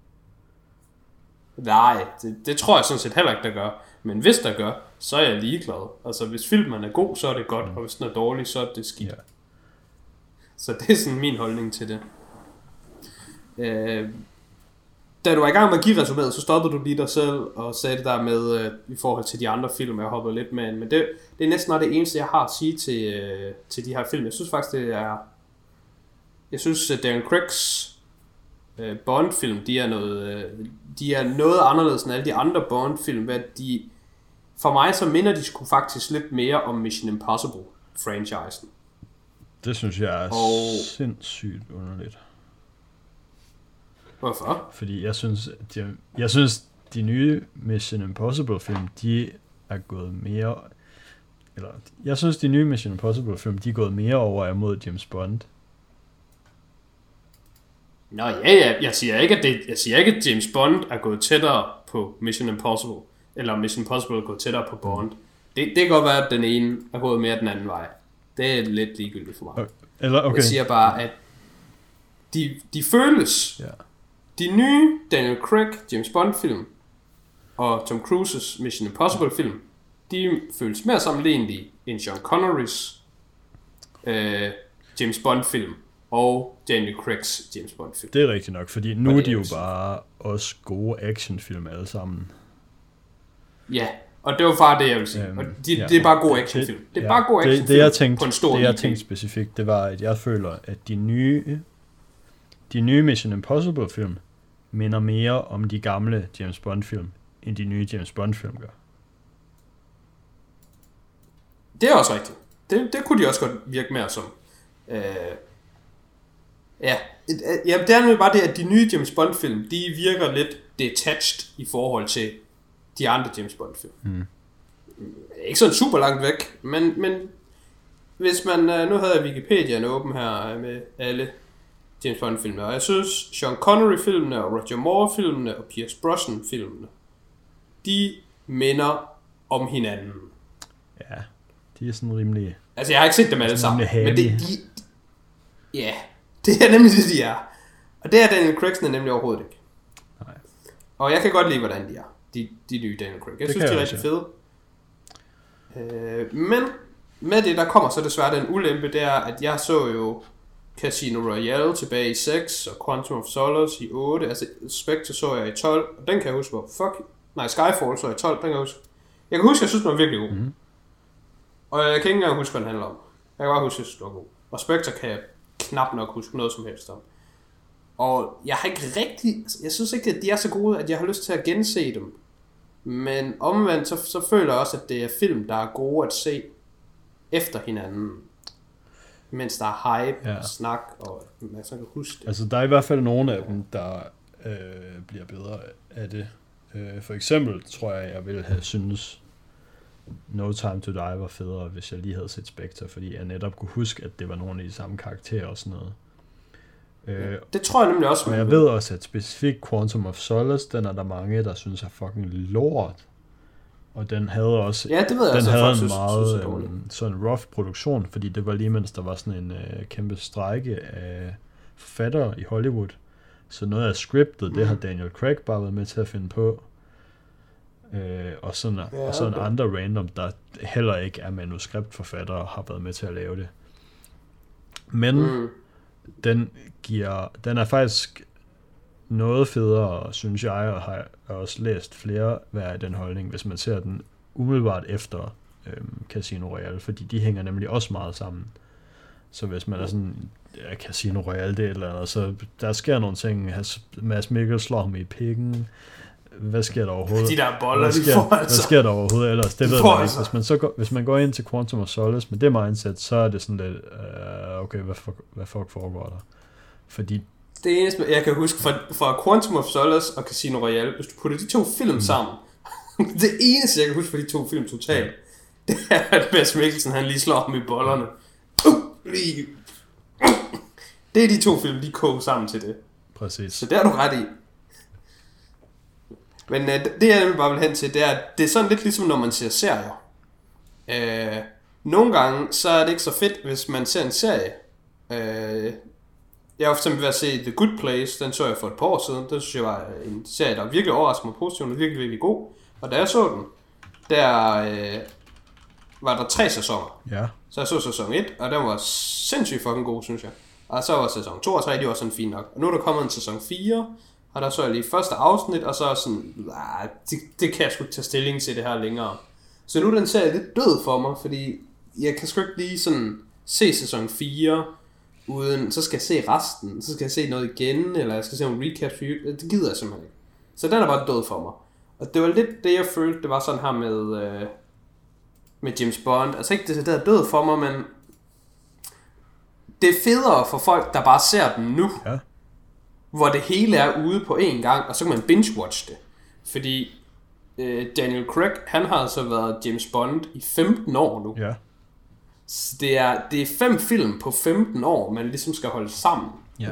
Nej, det, det tror jeg sådan set heller ikke, der gør. Men hvis der gør, så er jeg ligeglad. Altså, hvis filmen er god, så er det godt, mm. og hvis den er dårlig, så er det skidt. Ja. Så det er sådan min holdning til det. Øh, da du var i gang med at give resuméet, så stoppede du lige dig selv og sagde det der med, øh, i forhold til de andre film, jeg hoppede lidt med. Men det, det er næsten noget det eneste, jeg har at sige til, øh, til de her film. Jeg synes faktisk, det er... Jeg synes, at Daniel Craigs øh, Bond-film, de er, noget, øh, de er noget anderledes end alle de andre Bond-film, hvad de... For mig så minder de sgu faktisk lidt mere om Mission Impossible-franchisen. Det synes jeg er og... sindssygt underligt. Hvorfor? Fordi jeg synes, de, jeg synes, de nye Mission Impossible film, de er gået mere, eller jeg synes, de nye Mission Impossible film, de er gået mere over imod James Bond. Nå ja, ja, jeg siger ikke, at det, jeg siger ikke, at James Bond er gået tættere på Mission Impossible, eller Mission Impossible er gået tættere på Bond. Det, det kan godt være, at den ene er gået mere den anden vej. Det er lidt ligegyldigt for mig. Okay. Eller, okay. Jeg siger bare, at de, de føles... Ja. De nye Daniel Craig James Bond film og Tom Cruises Mission Impossible film, de føles mere sammenlignelige end Sean Connerys øh, James Bond film og Daniel Craigs James Bond film. Det er rigtigt nok, fordi nu er de jo bare også gode actionfilm alle sammen. Ja, og det var bare det, jeg vil sige. Øhm, og de, ja. det er bare gode actionfilm. Det er ja. bare gode actionfilm det, det, jeg tænkte, på en stor det, jeg tænkte specifikt, det var, at jeg føler, at de nye, de nye Mission Impossible film minder mere om de gamle James Bond-film, end de nye James Bond-film gør. Det er også rigtigt. Det, det kunne de også godt virke mere som. Øh, ja, ja, det er nemlig bare det, at de nye James Bond-film, de virker lidt detached i forhold til de andre James Bond-film. Mm. Ikke sådan super langt væk, men, men hvis man, nu havde jeg Wikipediaen åben her med alle James Bond-filmene, og jeg synes, Sean Connery-filmene og Roger Moore-filmene og Pierce Brosnan-filmene, de minder om hinanden. Ja, de er sådan rimelig... Altså, jeg har ikke set dem alle sammen, men det, de, ja, det er nemlig det, de er. Og det er Daniel Craig's nemlig overhovedet ikke. Nej. Og jeg kan godt lide, hvordan de er, de, de nye Daniel Craig. Jeg det synes, de er rigtig fede. Øh, men med det, der kommer så desværre den ulempe, det er, at jeg så jo Casino Royale tilbage i seks, og Quantum of Solace i otte, altså Spectre så jeg i tolv, og den kan jeg huske, hvor fuck, nej, Skyfall så jeg i tolv, den kan jeg huske. Jeg kan huske, jeg synes, den var virkelig god. Mm-hmm. Og jeg kan ikke engang huske, hvad den handler om. Jeg kan bare huske, at den var god. Og Spectre kan jeg knap nok huske noget som helst om. Og jeg har ikke rigtig, jeg synes ikke, at de er så gode, at jeg har lyst til at gense dem. Men omvendt, så, så føler jeg også, at det er film, der er gode at se efter hinanden. Mens der er hype ja. og snak, og man så kan huske det. Altså, der er i hvert fald nogle af dem, der øh, bliver bedre af det. Øh, for eksempel tror jeg, jeg ville have syntes, No Time to Die var federe, hvis jeg lige havde set Spectre, fordi jeg netop kunne huske, at det var nogle af de samme karakterer og sådan noget. Øh, det tror jeg nemlig også. Og jeg ved også, at specifikt Quantum of Solace, den er der mange, der synes er fucking lort. Og den havde også ja, det ved jeg den altså, havde en synes, meget synes, um, sådan rough produktion, fordi det var lige mens der var sådan en uh, kæmpe strejke af forfattere i Hollywood. Så noget af scriptet, mm. det har Daniel Craig bare været med til at finde på. Uh, og sådan, ja, og sådan okay. andre random, der heller ikke er manuskriptforfattere, har været med til at lave det. Men mm. den giver, den er faktisk noget federe, synes jeg, og har også læst flere være i den holdning, hvis man ser den umiddelbart efter øhm, Casino Royale, fordi de hænger nemlig også meget sammen. Så hvis man er sådan, ja, Casino Royale det eller andet, så der sker nogle ting, Mads Mikkel slår ham i pikken, hvad sker der overhovedet? De der boller, hvad sker, de får altså. Hvad sker der overhovedet ellers? Det ved man ikke. Hvis man, så går, hvis man går ind til Quantum of Solace med det mindset, så er det sådan lidt, uh, okay, hvad fuck, hvad fuck foregår der? Fordi det eneste, jeg kan huske fra, fra Quantum of Solace og Casino Royale, hvis du putter de to film mm. sammen, det eneste, jeg kan huske fra de to film totalt, det er, at Mads Mikkelsen, han lige slår ham i bollerne. Uh, lige. Uh. Det er de to film, de koger sammen til det. Præcis. Så det er du ret i. Men uh, det jeg nemlig bare vil hen til, det er, at det er sådan lidt ligesom, når man ser serier. Uh, nogle gange, så er det ikke så fedt, hvis man ser en serie. Uh, Jeg var for eksempel ved at se The Good Place, den så jeg for et par år siden. Den synes jeg var en serie, der virkelig overraskede mig positivt, og virkelig, virkelig god. Og da jeg så den, der øh, var der tre sæsoner. Ja. Så jeg så sæson et, og den var sindssygt fucking god, synes jeg. Og så var sæson to og tre, de var sådan fint nok. Og nu er der kommet en sæson fire, og der så jeg lige første afsnit, og så sådan, nah, det, det kan jeg sgu ikke tage stilling til det her længere. Så nu er den serie lidt død for mig, fordi jeg kan sgu ikke lige sådan se sæson fire, uden, så skal jeg se resten, så skal jeg se noget igen, eller jeg skal se en recap, det gider jeg simpelthen ikke. Så den er bare død for mig. Og det var lidt det, jeg følte, det var sådan her med, øh, med James Bond. Altså ikke det, der er død for mig, men det er federe for folk, der bare ser den nu, ja. Hvor det hele er ude på én gang, og så kan man binge-watch det. Fordi øh, Daniel Craig, han har altså været James Bond i femten år nu. Ja. Så det er, det er fem film på femten år, man ligesom skal holde sammen. Ja.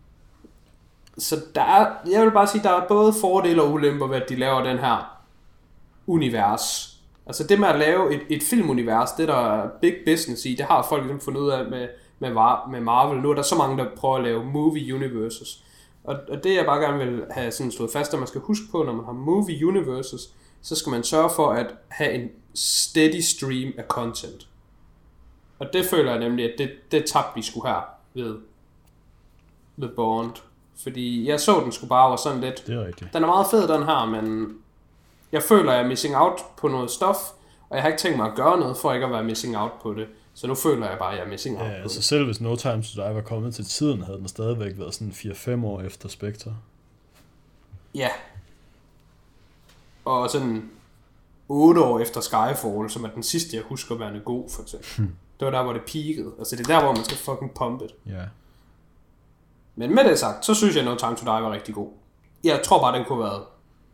Så der er, jeg vil bare sige, der er både fordele og ulemper ved, at de laver den her univers. Altså det med at lave et, et filmunivers, det der er big business i, det har folk ligesom fundet ud af med, med, med Marvel. Nu er der så mange, der prøver at lave movie universes. Og, og det jeg bare gerne vil have sådan slået fast, at man skal huske på, når man har movie universes, så skal man sørge for at have en steady stream af content. Og det føler jeg nemlig, at det, det tabte vi sgu her ved, ved Bond. Fordi jeg så den sgu bare var sådan lidt. Det er rigtigt. Den er meget fed, den her, men jeg føler, at jeg er missing out på noget stof, og jeg har ikke tænkt mig at gøre noget, for ikke at være missing out på det. Så nu føler jeg bare, at jeg er missing out ja, på altså det. Selv hvis No Time to Die var kommet til tiden, havde den stadigvæk været sådan fire fem år efter Spectre. Ja. Og sådan otte år efter Skyfall, som er den sidste, jeg husker værende god, for eksempel. Hmm. Det var der, hvor det peakede. Altså det er der, hvor man skal fucking pumpe det. Ja. Yeah. Men med det sagt, så synes jeg, No Time to Die var rigtig god. Jeg tror bare, den kunne have været.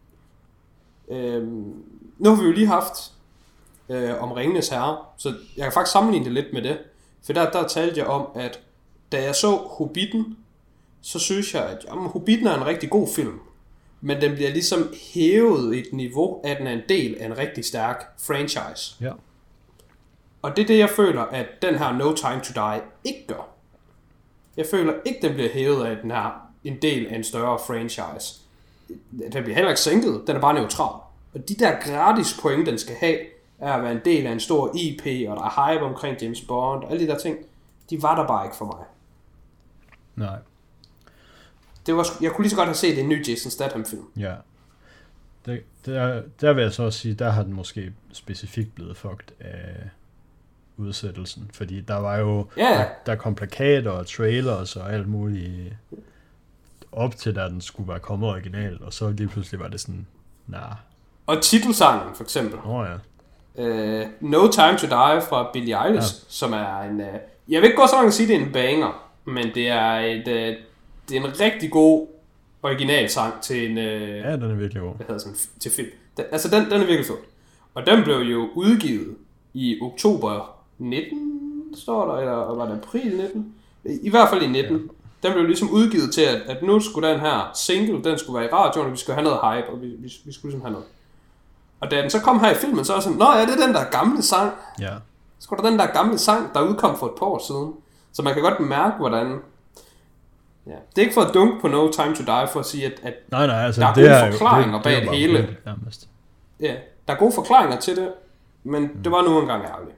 Øhm, nu har vi jo lige haft øh, om Ringenes Herre, så jeg kan faktisk sammenligne det lidt med det. For der, der talte jeg om, at da jeg så Hobbiten, så synes jeg, at jamen, Hobbiten er en rigtig god film. Men den bliver ligesom hævet i et niveau, at den er en del af en rigtig stærk franchise. Ja. Og det er det, jeg føler, at den her No Time to Die ikke gør. Jeg føler ikke, den bliver hævet af, at den er en del af en større franchise. Den bliver heller ikke sænket, den er bare neutral. Og de der gratis point, den skal have, er at være en del af en stor I P, og der er hype omkring James Bond, og alle de der ting, de var der bare ikke for mig. Nej. Det var, jeg kunne lige så godt have set en ny Jason Statham-film. Ja. Det, der, der vil jeg så også sige, der har den måske specifikt blevet fucked af udsættelsen. Fordi der var jo, yeah. der, der kom plakater og trailers og alt muligt op til, da den skulle være kommet original, og så lige pludselig var det sådan, nah. Og titelsangen, for eksempel. Åh oh, ja. Uh, No Time to Die fra Billie Eilish, ja. Som er en... Uh, jeg vil ikke gå så langt at sige, det er en banger, men det er, et, uh, det er en rigtig god originalsang til en... Uh, ja, den er virkelig god. Hvad hedder sådan, til film. Den, altså, den, den er virkelig fed. Og den blev jo udgivet i oktober nitten, står der, eller var det april nitten? I, i hvert fald i nitten. Ja. Den blev ligesom udgivet til, at, at nu skulle den her single, den skulle være i radioen, og vi skulle have noget hype, og vi, vi, vi skulle ligesom have noget. Og da den så kom her i filmen, så var jeg sådan, nå ja, det er den der gamle sang. Ja. Så var der den der gamle sang, der udkom for et par år siden. Så man kan godt mærke, hvordan... Ja. Det er ikke for at dunke på No Time to Die, for at sige, at, at nej, nej, altså, der er det gode er forklaringer jo, det, bag det, det, det hele. Vildt, nærmest. Ja, der er gode forklaringer til det, men mm. det var nu engang ærgerligt.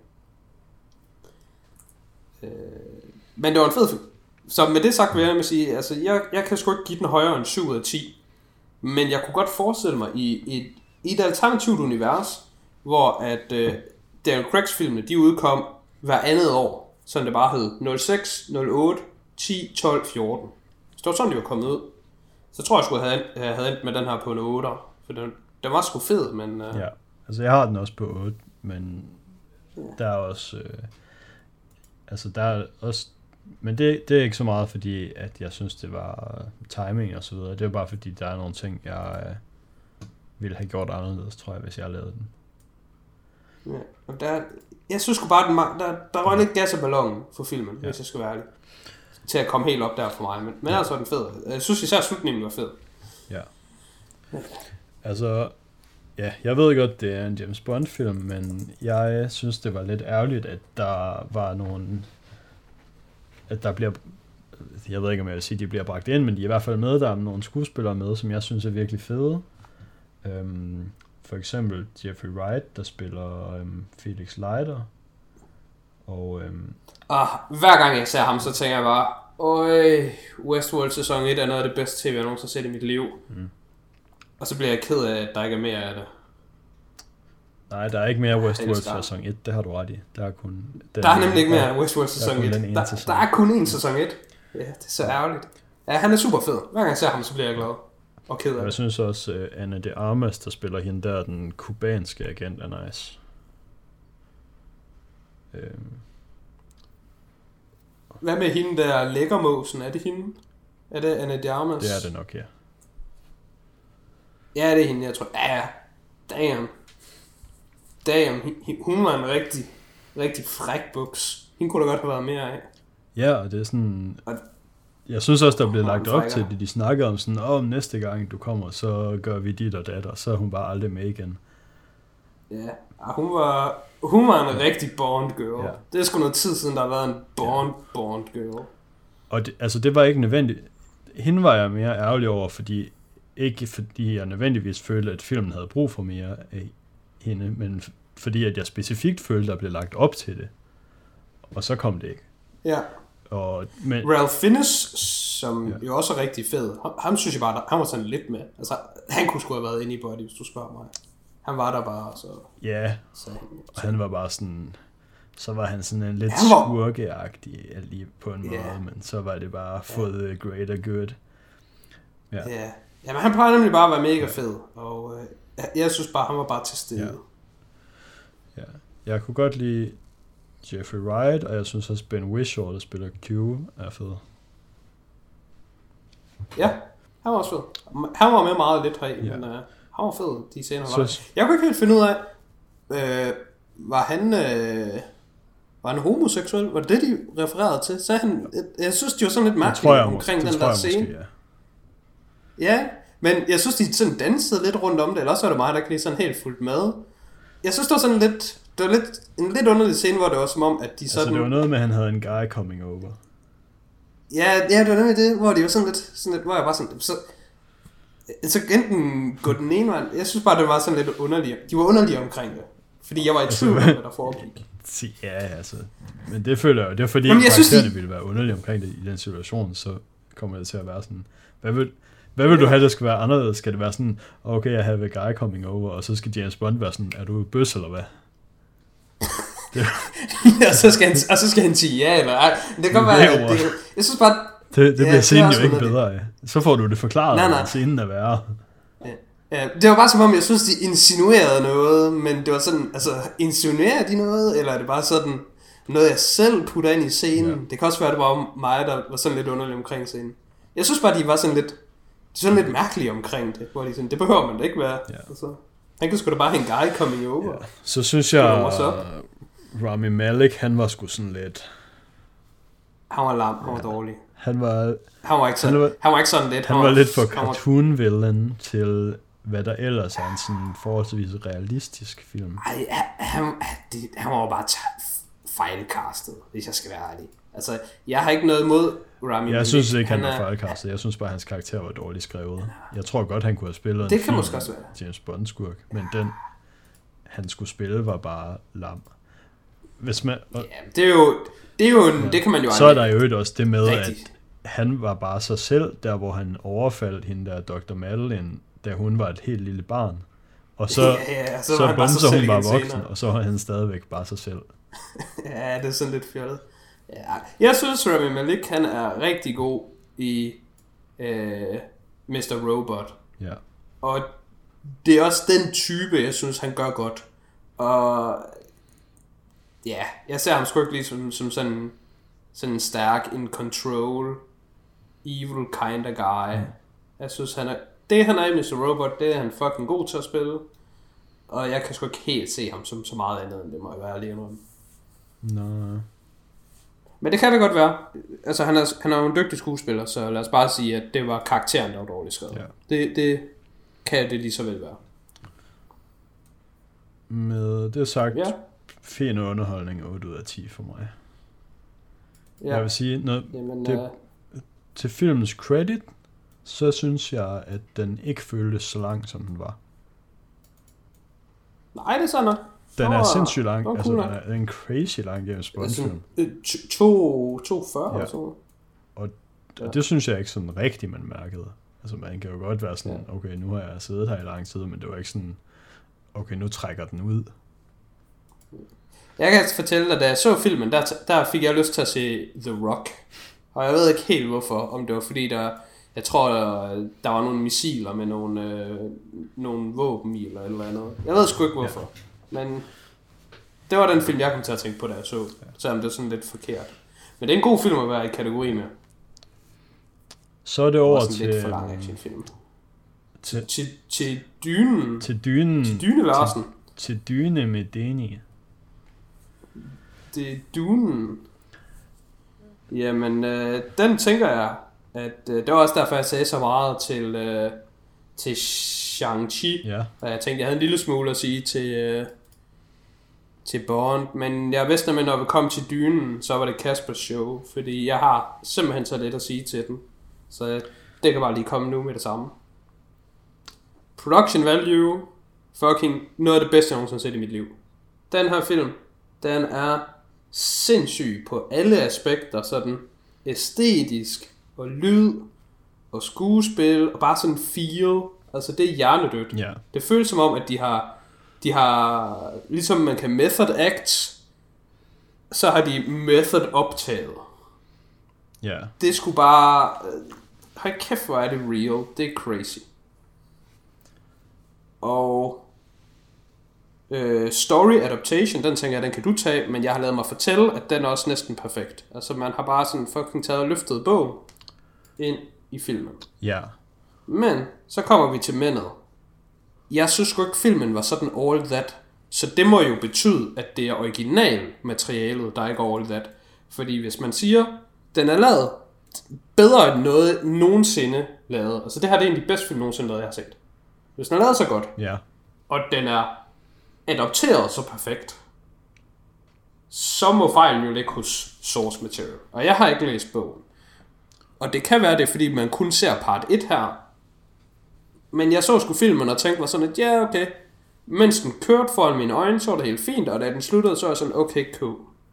Øh, men det var en fed film. Så med det sagt vil jeg sige, altså jeg, jeg kan sgu ikke give den højere end syv ud af ti. Men jeg kunne godt forestille mig i et, i et alternativt univers, hvor at uh, Daniel Craigs filmene, de udkom hver andet år. Sådan det bare hed nul seks, nul otte, ti, tolv, fjorten. Så det var sådan, de var kommet ud. Så tror jeg sgu, jeg havde, jeg havde endt med den her på en otte. For den, den var sgu fed, men... Uh... Ja, altså jeg har den også på otte, men ja. Der er også... Øh, altså der er også... Men det, det er ikke så meget, fordi at jeg synes, det var timing og så videre. Det er bare fordi, der er nogle ting, jeg øh, ville have gjort anderledes, tror jeg, hvis jeg lavede den. Ja, og der, jeg synes sgu bare, den, der, der røg lidt gas af ballonen for filmen, ja. Hvis jeg skal være ærlig. Til at komme helt op der for mig. Men, men ja. Altså var den fed. Jeg synes især slutningen var fed. Ja. ja. Altså, ja, jeg ved godt, det er en James Bond film, men jeg synes, det var lidt ærgerligt, at der var nogle... at der bliver, jeg ved ikke om jeg vil sige, at de bliver bragt ind, men de er i hvert fald med, der er nogle skuespillere med, som jeg synes er virkelig fede. Um, for eksempel Jeffrey Wright, der spiller um, Felix Leiter. Og, um, ah, hver gang jeg ser ham, så tænker jeg bare, øj, Westworld sæson et er noget af det bedste tv, jeg nogensinde har set i mit liv. Mm. Og så bliver jeg ked af, at der ikke er mere af det. Nej, der er ikke mere Westworld sæson et, det har du ret i. Der er kun den der er nemlig ikke mere Westworld sæson et. Der, der er kun én sæson et. Ja, det er så ærgerligt. Ja, han er super fed. Hver gang jeg ser ham, så bliver jeg glad. Og ked af det. Jeg synes også, uh, Ana de Armas, der spiller hende der, den kubanske agent, er nice. Øhm. Hvad med hende der lækkermåsen? Er det hende? Er det Ana de Armas? Det er det nok, ja. Ja, det er hende, jeg tror. Ja, ja. Damn. Damn, hun var en rigtig, rigtig fræk buks. Hende kunne da godt have været mere af. Ja, og det er sådan... Jeg synes også, der blev lagt op til det. De snakkede om sådan, åh, oh, næste gang du kommer, så gør vi dit og dat, og så er hun bare aldrig med igen. Ja, hun var, hun var en ja. rigtig Bond girl. Ja. Det er sgu noget tid siden, der har været en Bond, ja. Bond girl. Og det, altså, det var ikke nødvendigt. Hende var jeg mere ærgerlig over, fordi ikke fordi jeg nødvendigvis følte, at filmen havde brug for mere af hende, men fordi at jeg specifikt følte, der blev lagt op til det. Og så kom det ikke. Ja. Og, men, Ralph Fiennes, som ja. jo også er rigtig fed, ham, ham synes jeg bare, han var sådan lidt med. Altså, han kunne sgu have været inde i Body, hvis du spørger mig. Han var der bare, så... Ja, så, og han var bare sådan... Så var han sådan en lidt var... skurkeagtig lige på en måde, yeah. men så var det bare for the greater good. Ja. Yeah. Jamen, han plejer nemlig bare at være mega fed, og øh, jeg, jeg synes bare, han var bare til stede. Ja. ja. Jeg kunne godt lide Jeffrey Wright, og jeg synes også Ben Whishaw, der spiller Q, er fed. Ja, han var også fed. Han var med meget lidt her, ja. men uh, han var fed, de scener var. Så... Jeg kunne ikke helt finde ud af, øh, var han... Øh, Var han homoseksuel? Var det det, de refererede til? Så han, jeg, jeg synes, de var sådan lidt mærkelige omkring den der scene. Måske, ja. ja, men jeg synes, de sådan dansede lidt rundt om det, eller også var det mig, der ikke lige sådan helt fuldt med. Jeg synes, det var sådan lidt, det var lidt, en lidt underlig scene, hvor det var som om, at de sådan... Altså, det var noget med, at han havde en guy coming over. Ja, ja, det var nemlig det, hvor de var sådan lidt, sådan lidt, hvor jeg bare sådan... Så, så enten gå den ene vej. Jeg synes bare, det var sådan lidt underligt. De var underlige omkring det. Fordi jeg var i tvivl om, hvad der foregik. Ja, altså. Men det føler jeg jo. Det er fordi, Jamen, jeg karaktererne synes, de... ville være underlige omkring det i den situation, så kommer det til at være sådan... Hvad vil, hvad vil du have, der skal være anderledes? Skal det være sådan, okay, jeg have a guy coming over, og så skal James Bond være sådan, er du bøs eller hvad? Det... ja, så skal han, og så skal han sige ja, eller ej. Det kan godt være, at det... Jeg synes bare... Det, det bliver ja, scenen jo ikke bedre af. Så får du det forklaret, nej, nej. At scenen er værre. Ja. Ja, det var bare som om, jeg synes, de insinuerede noget, men det var sådan, altså, insinuerer de noget, eller er det bare sådan noget, jeg selv putter ind i scenen? Ja. Det kan også være, det var mig, der var sådan lidt underlig omkring scenen. Jeg synes bare, de var sådan lidt, sådan lidt mærkelige omkring det, hvor de sådan, det behøver man da ikke være. Ja. Altså, han kan sgu da bare have en guy coming over. Ja. Så synes jeg, uh, Rami Malek, han var sgu sådan lidt... Han var lam, han var ja. dårlig. Han var... Han var ikke sådan, han var, han var ikke sådan lidt... Han, han var, var lidt for cartoon-villain til... hvad der ellers er en sådan forholdsvis realistisk film. Ej, han, det, han var jo bare fejlcastet, hvis jeg skal være ærlig. Altså, jeg har ikke noget imod Rami Malek. Jeg synes ikke, han, han var fejlcastet. Jeg synes bare, hans karakter var dårligt skrevet. Jeg tror godt, han kunne have spillet det en kan film måske også være. James Bond-skurk, men den, han skulle spille, var bare lam. Hvis man, og, ja, det er jo, det er jo en, ja, det kan man jo så er der jo også det med, rigtigt. At han var bare sig selv, der hvor han overfaldt hende der, doktor Madeline, da hun var et helt lille barn. Og så, ja, ja, så, så bumser hun bare voksen, senere. Og så var han stadigvæk bare sig selv. Ja, det er sådan lidt fjollet. Ja. Jeg synes, Rami Malek, han er rigtig god i øh, mister Robot. Ja. Og det er også den type, jeg synes, han gør godt. Og ja, jeg ser ham sgu ikke lige som, som sådan, sådan en stærk, in control, evil kind of guy. Mm. Jeg synes, han er... Det han er i mister Robot, det er han fucking god til at spille. Og jeg kan sgu ikke helt se ham som så meget andet, end det må jeg være lige nu. Nå. Men det kan det godt være. Altså, han er, han er jo en dygtig skuespiller, så lad os bare sige, at det var karakteren, der var dårligt skrevet. Ja. Det, det kan det lige så vel være. Med det sagt, ja. Fin underholdning, otte ud af ti for mig. Ja. Jeg vil sige, noget, Jamen, det, uh... til filmens credit, så synes jeg, at den ikke føltes så lang, som den var. Nej, det er sådan noget. Den er sindssygt lang. Cool, altså, den er en crazy lang James Bond-film. to fyrre ja. og sådan. Og, og det synes jeg ikke sådan rigtig, man mærkede. Altså, man kan jo godt være sådan, ja. Okay, nu har jeg siddet her i lang tid, men det var ikke sådan, okay, nu trækker den ud. Jeg kan fortælle dig, da jeg så filmen, der, der fik jeg lyst til at se The Rock. Og jeg ved ikke helt hvorfor, om det var fordi, der... Jeg tror, der var nogle missiler med nogle, øh, nogle våben i, eller eller andet. Jeg ved sgu ikke, hvorfor. Ja. Men det var den film, jeg kom til at tænke på, da jeg så. Ja. Selvom det er sådan lidt forkert. Men det er en god film at være i kategori med. Så er det over til... lidt for lang actionfilm. Til, til, til dynen. Til dynen. Til dyne Larsen. Til, til dyne med Danny. Det er dynen. Jamen, øh, den tænker jeg... At, øh, det var også derfor, jeg sagde så meget til, øh, til Shang-Chi. Ja. Og jeg tænkte, jeg havde en lille smule at sige til, øh, til Bond. Men jeg vidste, at når vi kom til dynen, så var det Kaspers show. Fordi jeg har simpelthen så lidt at sige til den. Så det kan bare lige komme nu med det samme. Production value. Fucking noget af det bedste, jeg nogensinde har set i mit liv. Den her film, den er sindssyg på alle aspekter. Sådan æstetisk. Og lyd, og skuespil, og bare sådan feel. Altså det er hjernedødt. Yeah. Det føles som om, at de har, de har, ligesom man kan method act, så har de method optaget. Yeah. Det skulle bare, hold kæft, hvor er det real. Det er crazy. Og øh, story adaptation, den tænker jeg, den kan du tage, men jeg har lavet mig fortælle, at den er også næsten perfekt. Altså man har bare sådan fucking taget og løftet bog ind i filmen. Ja. Men så kommer vi til mændet. Jeg synes sgu ikke, filmen var sådan all that. Så det må jo betyde, at det er originalmaterialet, der ikke er all that. Fordi hvis man siger, den er lavet bedre end noget nogensinde lavet. Altså det her det er en af de bedste film nogensinde lavet, jeg har set. Hvis den er lavet så godt, Ja. og den er adopteret så perfekt, så må fejlen jo ligge hos source material. Og jeg har ikke læst bogen. Og det kan være det, fordi man kun ser part et her. Men jeg så sgu filmen og tænkte mig sådan, at ja, okay. Mens den kørte foran mine øjne, så var det helt fint. Og da den sluttede, så var jeg sådan, okay, cool.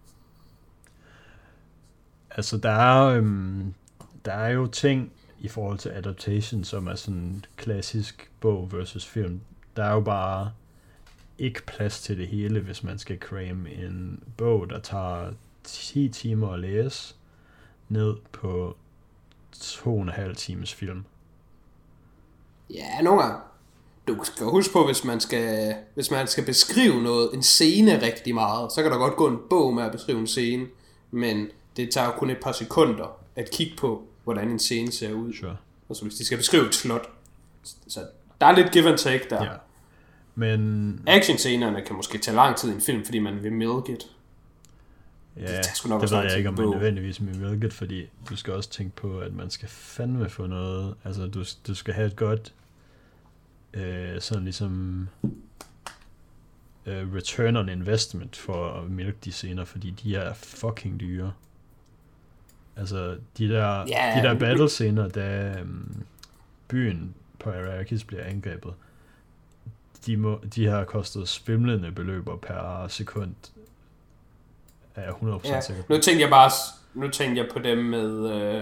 Altså, der er, øhm, der er jo ting i forhold til adaptation, som er sådan klassisk bog versus film. Der er jo bare ikke plads til det hele, hvis man skal cramme en bog, der tager ti timer at læse, ned på to og en halv times film. Ja, nogle gange. Du skal huske på, hvis man skal, hvis man skal beskrive noget, en scene rigtig meget, så kan der godt gå en bog med at beskrive en scene, men det tager kun et par sekunder at kigge på, hvordan en scene ser ud. Sure. Altså hvis de skal beskrive et slot. Så der er lidt give and take der. Ja. Men actionscenerne kan måske tage lang tid i en film, fordi man vil milk it. ja, det, det, det ved jeg ikke, om man nødvendigvis vil milk it, fordi du skal også tænke på, at man skal fandme få noget, altså du, du skal have et godt øh, sådan ligesom øh, return on investment for at milk de scener, fordi de er fucking dyre. Altså de der, yeah. de der battle scener, da um, byen på Arrakis bliver angrebet, de, må, de har kostet svimlende beløber per sekund. Er jeg hundrede procent ja. sikker på. Nu tænker jeg bare, nu tænker jeg på dem med, øh,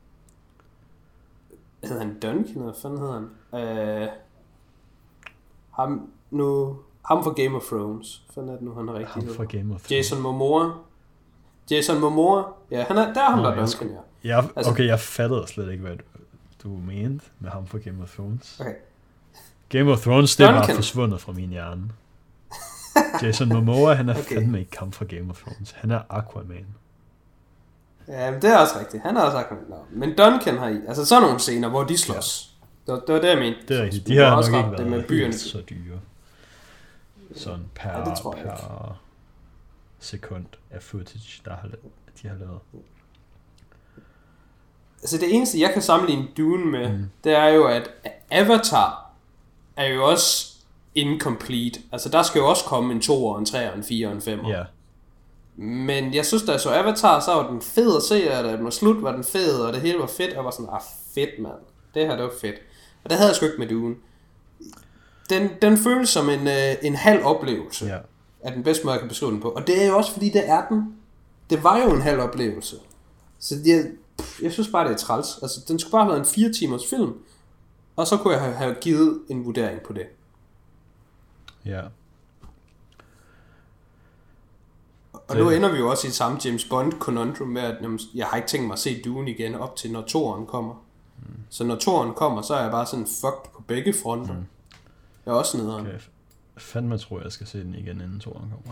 hedder han Duncan, hvad fanden hedder han? Øh, ham, nu, ham fra Game of Thrones, hvad fanden er det nu, han er rigtig Ham fra Game of Thrones. Jason Momoa. Jason Momoa, ja, han er, der er ham, der er Duncan, ja. ja. Altså, okay, jeg fattede slet ikke, hvad du, du mente med ham fra Game of Thrones. Okay. Game of Thrones, det er bare forsvundet fra min hjerne. Jason Momoa, han er okay. fandme ikke ham fra Game of Thrones. Han er Aquaman. Ja, men det er også rigtigt. Han er også Aquaman. No. Men Duncan har i, altså sådan nogle scener, hvor de slås. Ja. Det, det var det, jeg mente. Det er rigtigt. De har nok ikke været helt så dyre. Sådan per, ja, per sekund af footage, der har, de har lavet. Altså det eneste, jeg kan sammenligne Dune med, mm. det er jo, at Avatar er jo også incomplete. Altså der skal jo også komme en toer, en treer, en firer, en femmer. Ja. Men jeg synes, da jeg så Avatar, så var den fed at se, og da den var slut, var den fed, og det hele var fedt, og jeg var sådan, ah fedt mand, det her det var fedt. Og det havde jeg sgu ikke med Dune. Den, den føles som en, øh, en halv oplevelse, ja. Er den bedste måde, jeg kan beskrive den på. Og det er jo også, fordi det er den. Det var jo en halv oplevelse. Så det, jeg synes bare, det er træls. Altså, den skulle bare have været en fire timers film, og så kunne jeg have, have givet en vurdering på det. Ja. Og nu ender vi jo også i samme James Bond conundrum med, at jamen, jeg har ikke tænkt mig at se Dune igen op til, når toeren kommer. Mm. Så når toeren kommer, så er jeg bare sådan fucked på begge fronter. Mm. Jeg er også nederen. Okay. Fandme tror jeg, jeg skal se den igen, inden toeren kommer.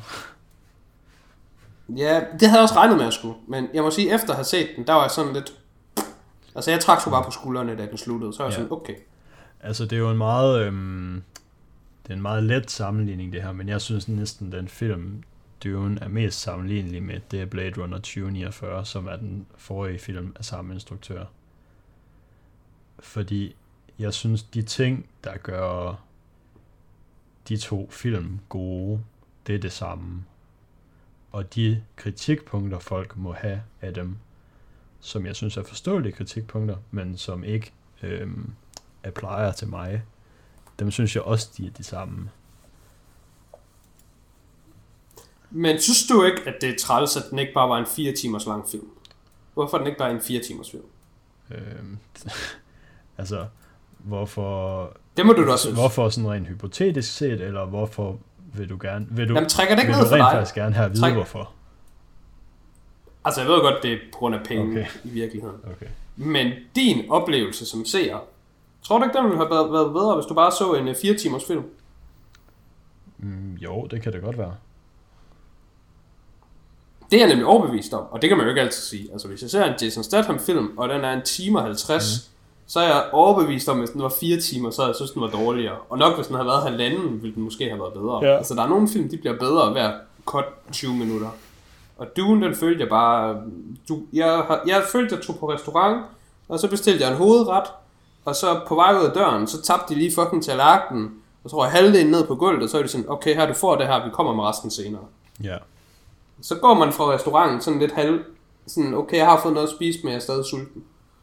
Ja, det havde jeg også regnet med at skulle. Men jeg må sige, efter at have set den, der var jeg sådan lidt... Altså, jeg trak sgu bare på skuldrene, da den sluttede. Så var jeg ja. sådan, okay. Altså, det er jo en meget... Øhm, det er en meget let sammenligning, det her. Men jeg synes næsten, den film, Dune, er mest sammenlignelig med, det er Blade Runner tyve niogfyrre, som er den forrige film af samme instruktør. Fordi jeg synes, de ting, der gør de to film gode, det er det samme. Og de kritikpunkter, folk må have af dem, som jeg synes er forståelige kritikpunkter, men som ikke øhm, applier til mig, dem synes jeg også, de er de samme. Men synes du ikke, at det er træls, at den ikke bare var en fire timers lang film? Hvorfor er den ikke bare en fire timers film? Øhm, altså, hvorfor... Det må du da også synes. Hvorfor sådan rent hypotetisk set, eller hvorfor vil du gerne... Vil du, Jamen, trækker det ikke vil ned du for rent dig? faktisk gerne have at vide, Træk... hvorfor? Altså, jeg ved godt, det er på grund af penge okay. i virkeligheden. Okay. Men din oplevelse som seer, tror du ikke, den ville have været bedre, hvis du bare så en fire timers film? Mm, jo, det kan det godt være. Det er jeg nemlig overbevist om, og det kan man jo ikke altid sige. Altså, hvis jeg ser en Jason Statham-film, og den er en time og halvtreds, mm. så er jeg overbevist om, at hvis den var fire timer, så jeg synes, den var dårligere. Og nok, hvis den havde været halvanden, ville den måske have været bedre. Ja. Altså, der er nogle film, de bliver bedre hver kort tyve minutter. Og Dune, den følte jeg bare... Du, jeg, jeg følte, jeg tog på restaurant, og så bestilte jeg en hovedret, og så på vej ud af døren, så tabte de lige fucking tallerkenen, og så tror jeg halvdelen ned på gulvet, og så er det sådan, okay, her du får det her, vi kommer med resten senere. Ja. Så går man fra restauranten sådan lidt halv, sådan, okay, jeg har fået noget at spise, men jeg er stadig sulten.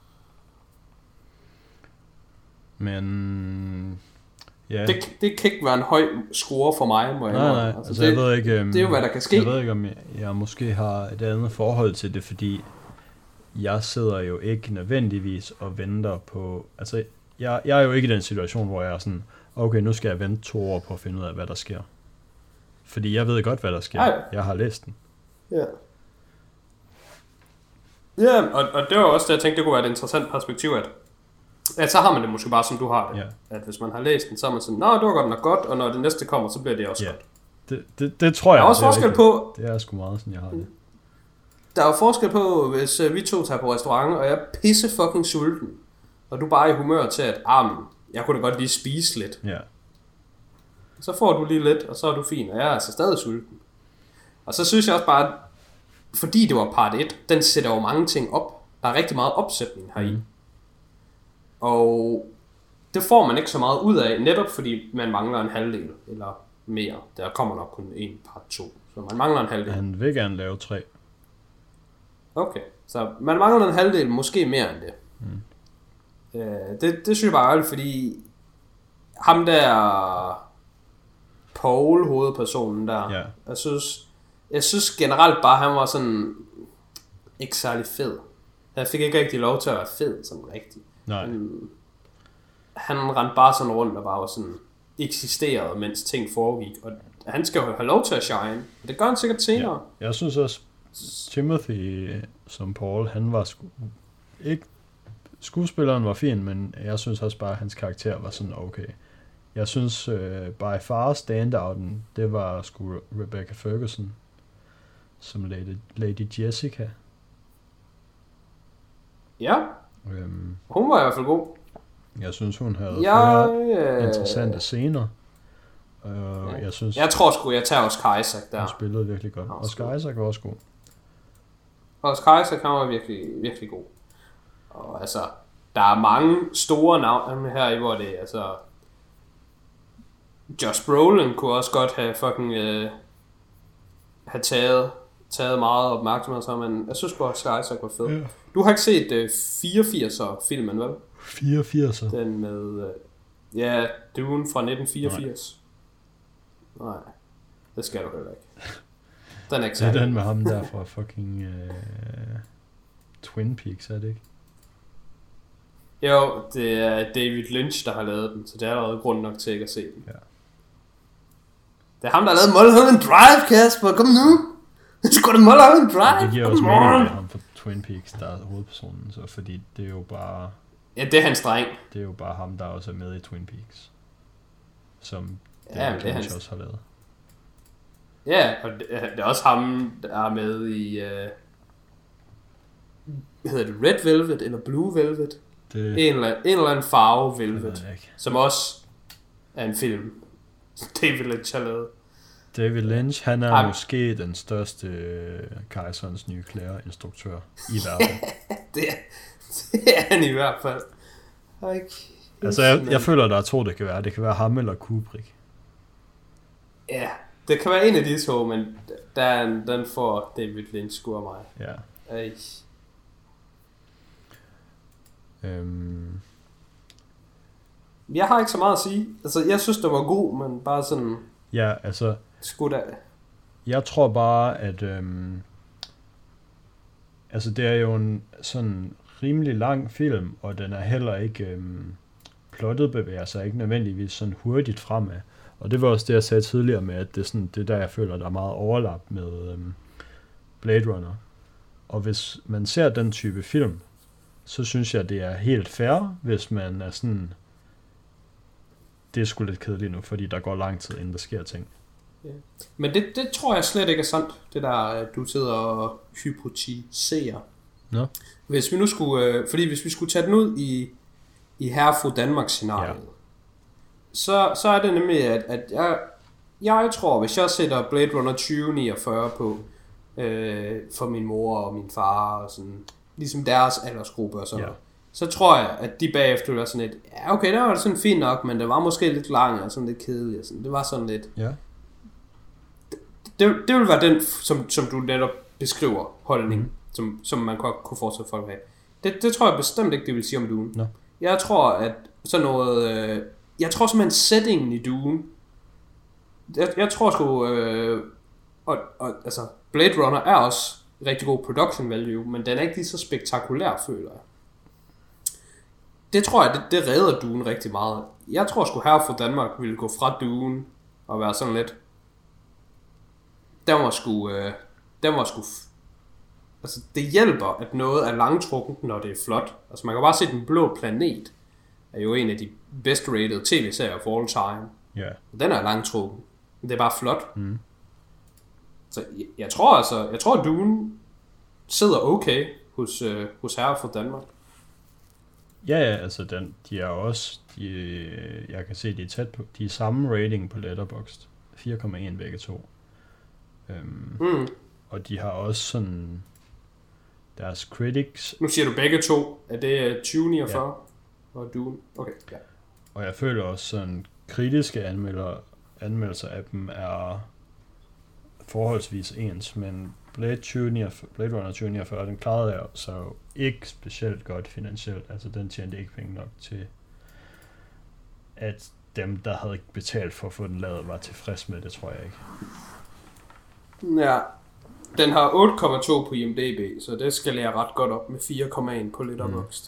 Men... Ja. Det, det kan ikke være en høj score for mig, må jeg Nej, nej, altså, altså det, jeg ved ikke... Um, det er jo, hvad der kan ske. Jeg ved ikke, om jeg, jeg måske har et andet forhold til det, fordi jeg sidder jo ikke nødvendigvis og venter på... Altså, jeg, jeg er jo ikke i den situation, hvor jeg er sådan, okay, nu skal jeg vente to år på at finde ud af, hvad der sker. Fordi jeg ved godt, hvad der sker. Ej. Jeg har læst den. Ja. Ja, og, og det var også det, jeg tænkte, det kunne være et interessant perspektiv, at, at så har man det måske bare, som du har det. Ja. At hvis man har læst den, så er man sådan, nå, det var godt nok godt, og når det næste kommer, så bliver det også ja. godt. Det, det, det tror jeg. Der er også det er forskel ikke, på... Det er sgu meget, sådan jeg har det. Der er jo forskel på, hvis vi to tager på restaurant, og jeg er pisse fucking sulten, og du bare er i humør til, at armen, jeg kunne da godt lige spise lidt. Ja. Så får du lige lidt, og så er du fin, og jeg er altså stadig sulten. Og så synes jeg også bare, at fordi det var part et, den sætter jo mange ting op. Der er rigtig meget opsætning heri. Mm. Og det får man ikke så meget ud af, netop fordi man mangler en halvdel, eller mere. Der kommer nok kun en part to, så man mangler en halvdel. Han vil gerne lave tre. Okay, så man mangler en halvdel, måske mere end det. Mm. Øh, det, det synes jeg bare er fordi ham der Paul, hovedpersonen der, yeah. jeg synes jeg synes generelt bare han var sådan ikke særlig fed. Han fik ikke rigtig lov til at være fed sådan rigtigt. Nej. Han, han rendte bare sådan rundt og bare var sådan eksisterede, mens ting foregik, og han skal jo have lov til at shine, og det gør han sikkert senere. Ja. Jeg synes også Timothy som Paul, han var sku... ikke skuespilleren var fin, men jeg synes også bare at hans karakter var sådan okay. Jeg synes uh, by far standouten, det var sgu Rebecca Ferguson som Lady, Lady Jessica. Ja. Um, hun var i hvert fald god. Jeg synes hun havde ja, flere øh... interessante scener. Uh, ja. jeg synes jeg tror sgu jeg tager Oscar Isaac der. Han spillede virkelig godt. Oscar Isaac var også god. Oscar Isaac han var virkelig virkelig god. Og altså der er mange store navne her i hvor det altså Josh Brolin kunne også godt have fucking øh, have taget taget meget opmærksomhed så, men jeg synes godt at Oscar Isaac var fed. Ja. Du har ikke set øh, fireogfirs'er filmen, vel? fireogfirs'er? Den med øh, ja, Dune fra nitten fireogfirs. Nej. Nej. Det skal du heller ikke. Den er ikke særlig. Det er den med ham der fra fucking øh, Twin Peaks, er det ikke? Jo, det er David Lynch, der har lavet den, så det er allerede grund nok til ikke at se den. Ja. Det er ham, der har lavet Mulholland Drive, Kasper. Kom nu! Det skulle da Mulholland Drive! Det giver også mening, at det er ham fra Twin Peaks, der er hovedpersonen, så fordi det er jo bare... Ja, det er hans dreng. Det er jo bare ham, der også er med i Twin Peaks. Som ja, David det er Lynch hans... også har lavet. Ja, og det er også ham, der er med i... Uh... Hvad hedder det? Red Velvet eller Blue Velvet? Det... En, eller, en eller anden farve Velvet, som også er en film, David Lynch har lavet. David Lynch, han er ah. måske den største uh, Kejserens nye klæder-instruktør i verden. det, er, det er han i hvert fald. Okay. Altså, jeg, jeg føler, der er to, det kan være. Det kan være ham eller Kubrick. Ja, det kan være en af de to, men den, den får David Lynch sgu af mig. Ja. Ej. Øhm. Jeg har ikke så meget at sige. Altså, jeg synes, det var god, men bare sådan... Ja, altså... Skud af. Jeg tror bare, at... Øhm, altså, det er jo en sådan rimelig lang film, og den er heller ikke... Øhm, plottet bevæger sig ikke nødvendigvis sådan hurtigt fremad. Og det var også det, jeg sagde tidligere med, at det er sådan, det der, jeg føler, der er meget overlap med øhm, Blade Runner. Og hvis man ser den type film, så synes jeg, det er helt fair, hvis man er sådan, det er sgu lidt kedeligt nu, fordi der går lang tid, inden der sker ting. Ja. Men det, det tror jeg slet ikke er sandt, det der, du sidder og hypotiserer. Nå? Hvis vi nu skulle, øh, fordi hvis vi skulle tage den ud i, i herre fru Danmark scenariet, ja. så, så er det nemlig, at, at jeg, jeg tror, hvis jeg sætter Blade Runner tyve niogfyrre på, øh, for min mor og min far, og sådan, ligesom deres aldersgruppe og sådan ja. så tror jeg, at de bagefter ville være sådan lidt, ja okay, der var det sådan fint nok, men det var måske lidt lang og sådan lidt kedeligt, og sådan. Det var sådan lidt, ja. det, det, det ville være den, som, som du netop beskriver, holdning, mm. som, som man godt kunne forestille folk have. Det, det tror jeg bestemt ikke, det vil sige om Dune. No. Jeg tror, at sådan noget, øh, jeg tror simpelthen settingen i Dune, jeg, jeg tror sgu, øh, og, og, altså, Blade Runner er også rigtig god production value, men den er ikke lige så spektakulær, føler jeg. Det tror jeg, det, det redder Dune rigtig meget. Jeg tror sgu her for Danmark ville gå fra Dune og være sådan lidt, den var sgu, øh, den var sgu, altså det hjælper, at noget er langtrukken, når det er flot. Altså man kan bare se, Den Blå Planet er jo en af de best rated tv-serier for all time. Ja. Yeah. Den er langtrukken, men det er bare flot. Mm. Så jeg, jeg tror altså, jeg tror Dune sidder okay hos, øh, hos herre for Danmark. Ja, ja, altså den, de er også, de, jeg kan se, de er tæt på, de er samme rating på Letterboxd, fire komma en begge to. Um, mm. Og de har også sådan, deres critics. Nu siger du begge to, er det tyve niogfyrre ja. Og Dune? Okay, ja. Og jeg føler også sådan, kritiske anmelder, anmeldelser af dem er forholdsvis ens, men Blade, Blade Runner tyve niogfyrre, den klarede jeg så ikke specielt godt finansielt. Altså den tjente ikke penge nok til, at dem, der havde betalt for at få den lavet, var tilfreds med det, tror jeg ikke. Ja, den har otte komma to på I M D B, så det skal jeg ret godt op med fire komma en på Letterboxd.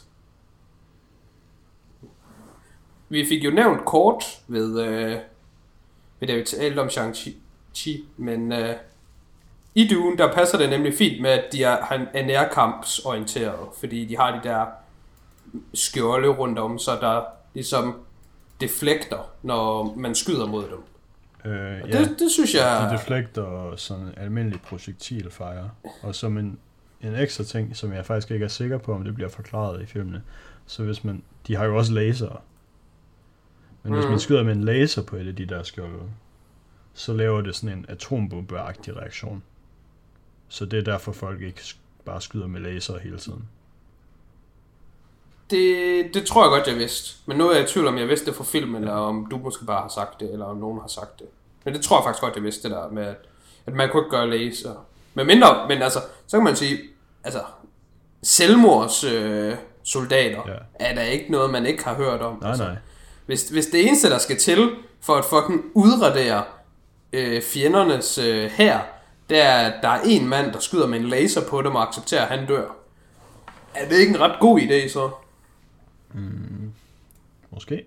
Mm. Vi fik jo nævnt kort ved, øh, ved det vi talte om Shang-Chi, men øh, i Dune, der passer det nemlig fint med, at de er, er nærkampsorienteret, fordi de har de der skjolde rundt om, så der ligesom deflekter, når man skyder mod dem. Øh, og ja, det, det synes jeg... De deflekter sådan almindelig projektilfejre. Og som en, en ekstra ting, som jeg faktisk ikke er sikker på, om det bliver forklaret i filmene, så hvis man... De har jo også laser. Men mm. hvis man skyder med en laser på et af de der skjolde, så laver det sådan en atombombeagtig reaktion. Så det er derfor, folk ikke bare skyder med laser hele tiden. Det, det tror jeg godt, jeg vidste. Men nu er jeg i tvivl, om jeg vidste det fra filmen, eller om du måske bare har sagt det, eller om nogen har sagt det. Men det tror jeg faktisk godt, jeg vidste det der med, at, at man kunne ikke gøre laser. Men mindre, men altså, så kan man sige, altså, selvmords øh, soldater ja. Er der ikke noget, man ikke har hørt om. Nej, altså, nej. Hvis, hvis det eneste, der skal til, for at fucking udradere øh, fjendernes øh, hær, det er, at der er en mand, der skyder med en laser på dem og accepterer, at han dør. Er det ikke en ret god idé, så? Mm, måske.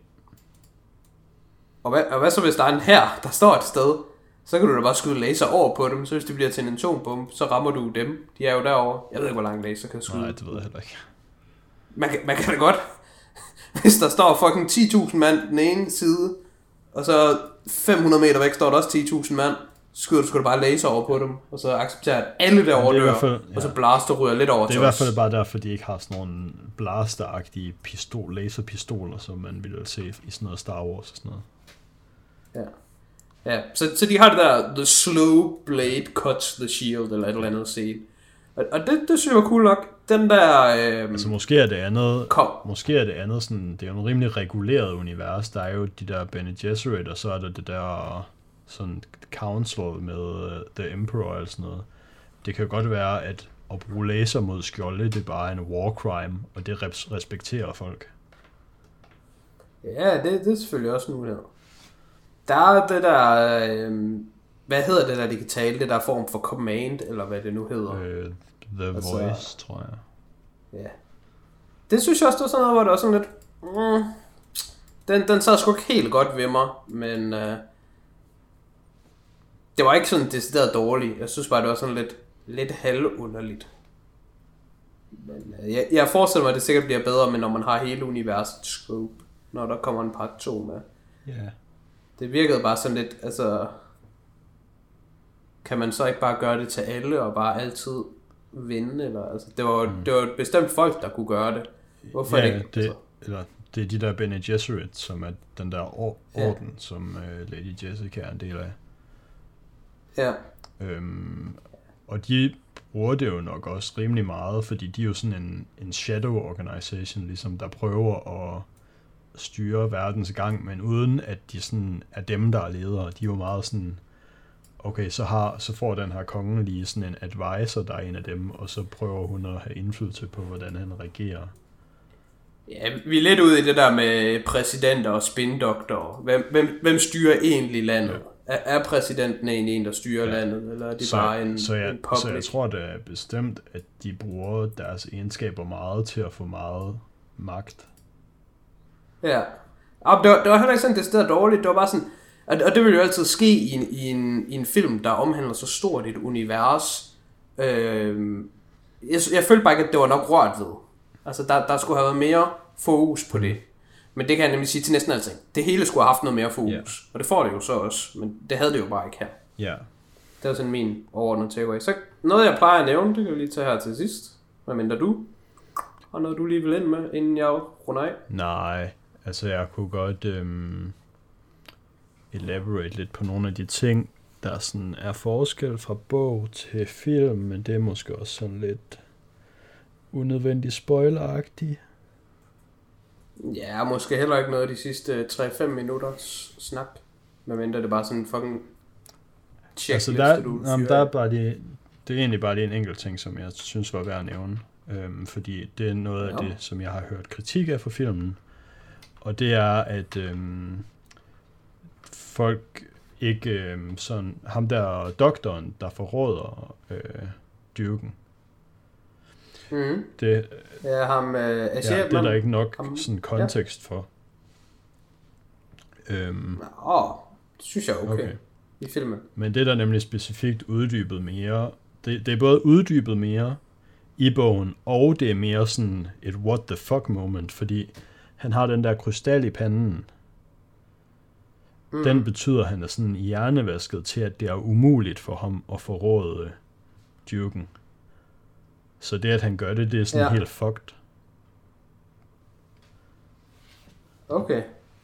Og hvad, og hvad så, hvis der er en hær, der står et sted? Så kan du da bare skyde laser over på dem. Så hvis det bliver til en atombombe, så rammer du dem. De er jo derovre. Jeg ved ikke, hvor lang laser kan skyde. Nej, det ved jeg heller ikke. Man, man kan da godt. Hvis der står fucking ti tusind mand den ene side, og så fem hundrede meter væk står der også ti tusind mand, så skyder du sgu da bare laser over på dem, og så accepterer at alle derovre dør, fald, ja. Og så blaster ryger lidt over. Det er i hvert fald bare derfor, de ikke har sådan nogle blaster-agtige pistol, laserpistoler, som man ville se i sådan noget Star Wars og sådan noget. Ja. Ja, så, så de har det der, the slow blade cuts the shield, eller et eller andet scene. Og, og det, det synes jeg var cool nok. Den der... Øh, altså måske er det andet... Kom. Måske er det andet sådan... Det er jo en rimelig reguleret univers. Der er jo de der Bene Gesserit, og så er der det der... Sådan council med uh, The Emperor og sådan noget. Det kan jo godt være, at at bruge laser mod skjolde, det er bare en war crime, og det respekterer folk. Ja, det, det er selvfølgelig også nu der. Der er det der... Øh, hvad hedder det der, de kan tale? Det der form for command, eller hvad det nu hedder. Uh, the altså, Voice, tror jeg. Ja. Det synes jeg også, det var sådan noget, hvor det var sådan lidt... Mm, den, den sad sgu ikke helt godt ved mig, men... Øh, det var ikke sådan decideret dårligt. Jeg synes bare, det var sådan lidt, lidt halvunderligt. Men, øh, jeg, jeg forestiller mig, at det sikkert bliver bedre, men når man har hele universet scope, når der kommer en part to med. Ja. Yeah. Det virkede bare sådan lidt, altså... Kan man så ikke bare gøre det til alle, og bare altid vinde? Eller, altså, det var mm. det var et bestemt folk, der kunne gøre det. Hvorfor ja, ikke? Det, altså? eller, det er de der Bene Gesserit, som er den der or- Ja. orden, som uh, Lady Jessica er en del af. Ja. Øhm, og de bruger det jo nok også rimelig meget, fordi de er jo sådan en, en shadow organization, ligesom, der prøver at styre verdens gang, men uden at de sådan er dem, der er ledere. De er jo meget sådan, okay, så, har, så får den her konge lige sådan en advisor, der er en af dem, og så prøver hun at have indflydelse på, hvordan han regerer. Ja, vi er lidt ude i det der med præsidenter og spindoktorer. Hvem, hvem, hvem styrer egentlig landet? Ja. Er, er præsidenten egentlig en, der styrer ja. landet, eller er det så, bare en, så jeg, en public? Så jeg tror det er bestemt, at de bruger deres egenskaber meget til at få meget magt. Ja. Og det var, det var heller ikke sådan, det sted dårligt. Det var bare sådan, og det vil jo altid ske i en, i en, i en film, der omhandler så stort et univers. Øh, jeg, jeg følte bare ikke, at det var nok rørt ved. Altså, der, der skulle have været mere fokus på det. Men det kan jeg nemlig sige til næsten alting. Det hele skulle have haft noget mere fokus. Yeah. Og det får det jo så også. Men det havde det jo bare ikke her. Ja. Yeah. Det var sådan min overordnede takeaway. Så noget, jeg plejer at nævne, det kan vi lige tage her til sidst. Hvad mindre du? Og noget, du lige vil ind med, inden jeg runder af? Nej, altså jeg kunne godt øhm, elaborate lidt på nogle af de ting, der sådan er forskel fra bog til film, men det er måske også sådan lidt unødvendigt spoileragtigt. Ja, måske heller ikke noget af de sidste tre til fem minutters snak. Medmindre det er bare sådan en fucking checkliste, altså der, du jamen, der er bare lige, det er egentlig bare lige en enkelt ting, som jeg synes var værd at nævne. Øhm, fordi det er noget af ja. det, som jeg har hørt kritik af for filmen. Og det er, at øhm, folk ikke øhm, sådan, ham der doktoren, der forråder øh, Duken. Mm. Det, ja, ham øh, ja, det er der ikke nok ham, sådan kontekst ja. for. Øhm, Åh, det synes jeg er okay, okay i filmen. Men det er der nemlig specifikt uddybet mere. Det, det er både uddybet mere i bogen, og det er mere sådan et what the fuck moment, fordi han har den der krystal i panden. Mm. Den betyder, at han er sådan hjernevasket til, at det er umuligt for ham at forråde Duken. Så det, at han gør det, det er sådan ja. helt fucked. Okay.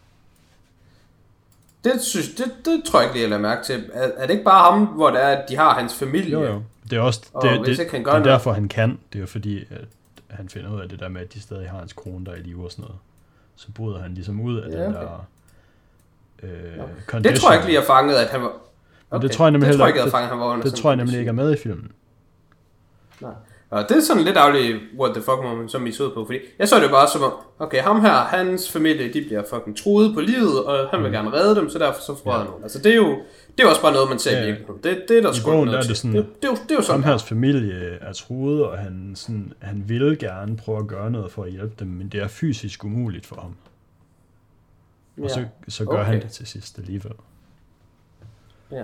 Det, synes, det, det tror jeg ikke lige, jeg lader mærke til. Er, er det ikke bare ham, hvor det er, at de har hans familie? Jo, jo. Det er også det, det, det, det er derfor, han kan. Det er jo fordi, at han finder ud af det der med, at de stadig har hans kone, der er i live og sådan noget. Så bryder han ligesom ud af ja, den okay. der øh, condition. Det tror jeg ikke lige, jeg fangede, at han var... Okay. Det tror jeg nemlig, det tror jeg ikke, ikke, jeg fanget, han var det, det tror jeg nemlig ikke er med i filmen. Nej. Og det er sådan lidt ærgerligt, what the fuck moment, som I så på, fordi jeg så det bare som, okay, ham her, hans familie, de bliver fucking truet på livet, og han vil mm. gerne redde dem, så derfor så forræder ja. nogen. Altså det er jo, det er jo også bare noget, man ser ja. i virkeligheden. Det, det er der sgu noget til. Det, sådan, det, det, er jo, det er jo sådan ham, hans familie er truet, og han, sådan, han vil gerne prøve at gøre noget for at hjælpe dem, men det er fysisk umuligt for ham. Og ja. så, så gør okay. han det til sidst alligevel. Ja.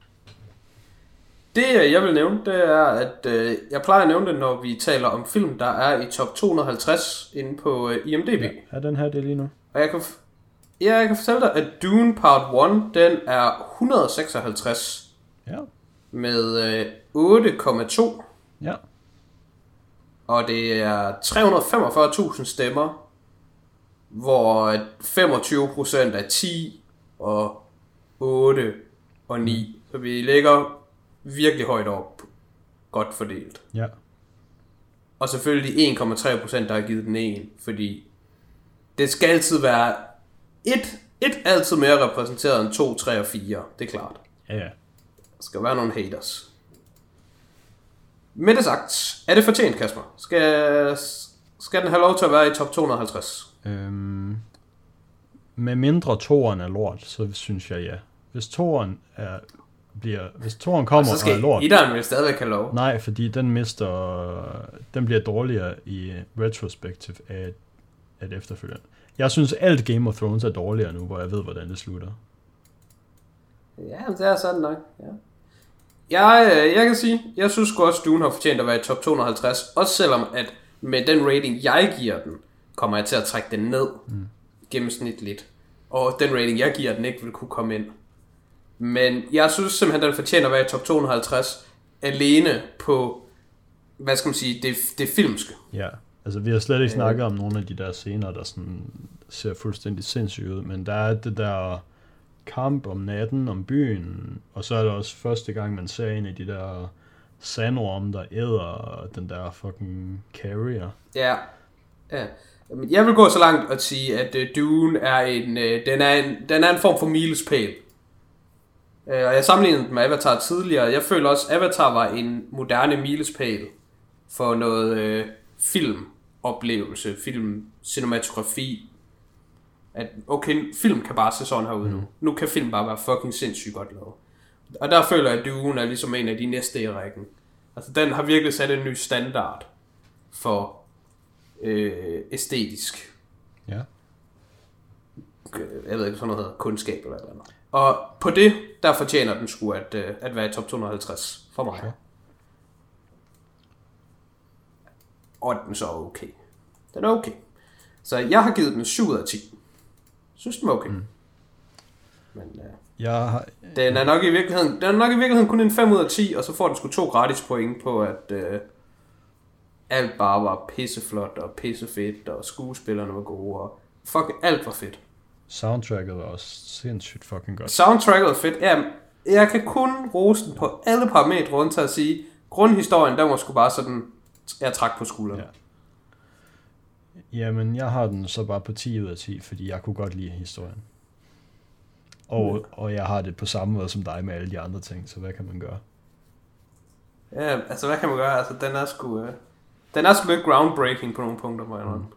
Det jeg vil nævne, det er, at øh, jeg plejer at nævne det, når vi taler om film, der er i top to hundrede og halvtreds inde på øh, I M D B. Ja, er den her det lige nu? Og jeg kan, ja, jeg kan fortælle dig, at Dune Part et, den er et hundrede og seksoghalvtreds. Ja. Med øh, otte komma to. Ja. Og det er tre hundrede og femogfyrre tusind stemmer, hvor femogtyve procent er ti og otte og ni. Så vi ligger virkelig højt op. Godt fordelt. Ja. Og selvfølgelig en komma tre procent, der har givet den en, fordi det skal altid være et, et altid mere repræsenteret end to, tre og fire. Det er klart. Ja, ja. Der skal være nogle haters. Med det sagt, er det fortjent, Kasper? Skal, skal den have lov til at være i top to hundrede og halvtreds? Øhm, med mindre toeren er lort, så synes jeg ja. Hvis toeren er... Bliver, hvis toren kommer og, og er lort. Etteren vil stadigvæk have lov. Nej, fordi den mister, den bliver dårligere i retrospective af, af det efterfølgende. Jeg synes alt Game of Thrones er dårligere nu, hvor jeg ved hvordan det slutter. Ja, det er sådan nok. Ja. Jeg, jeg kan sige, jeg synes også Dune har fortjent at være i top to hundrede og halvtreds, også selvom at med den rating, jeg giver den, kommer jeg til at trække den ned mm. gennemsnitligt. Og den rating, jeg giver den, ikke vil kunne komme ind. Men jeg synes simpelthen, den fortjener at være i top to hundrede og halvtreds, alene på, hvad skal man sige, det, det filmske. Ja, altså vi har slet ikke snakket om nogle af de der scener, der sådan ser fuldstændig sindssygt ud, men der er det der kamp om natten, om byen, og så er det også første gang, man ser en af de der sandorme, der æder den der fucking carrier. Ja, ja. Jeg vil gå så langt at sige, at uh, Dune er en, uh, den, er en, den er en form for milepæl. Uh, og jeg sammenlignede den med Avatar tidligere. Jeg føler også, at Avatar var en moderne milepæl for noget uh, filmoplevelse, film, cinematografi. At okay, film kan bare se sådan her ud nu. Mm. Nu kan film bare være fucking sindssygt godt lavet. Og der føler jeg, at Dune er ligesom en af de næste i rækken. Altså den har virkelig sat en ny standard for øh, æstetisk. Ja. Jeg ved ikke, sådan noget hedder kundskab eller eller andet. Og på det, der fortjener den sgu at, øh, at være i top to hundrede og halvtreds for mig. Okay. Og den så er okay. Den er okay. Så jeg har givet den syv ud af ti. Synes den var okay. Mm. Men øh, jeg har, den er nok i virkeligheden, den er nok i virkeligheden kun en fem ud af ti, og så får den sgu to gratis point på, at øh, alt bare var pisseflot og pissefedt, og skuespillerne var gode, og fucking alt var fedt. Soundtracket var også sindssygt fucking godt. Soundtracket var fedt. Ja, jeg kan kun rose den på alle parametre rundt til at sige, grundhistorien, den var sgu bare sådan, jeg trak på skulderen. Ja. Jamen, jeg har den så bare på ti ud af ti, fordi jeg kunne godt lide historien. Og, mm. og jeg har det på samme måde som dig med alle de andre ting, så hvad kan man gøre? Ja, altså hvad kan man gøre? Altså, den er sgu, øh, den er sgu lidt groundbreaking på nogle punkter, må jeg nok.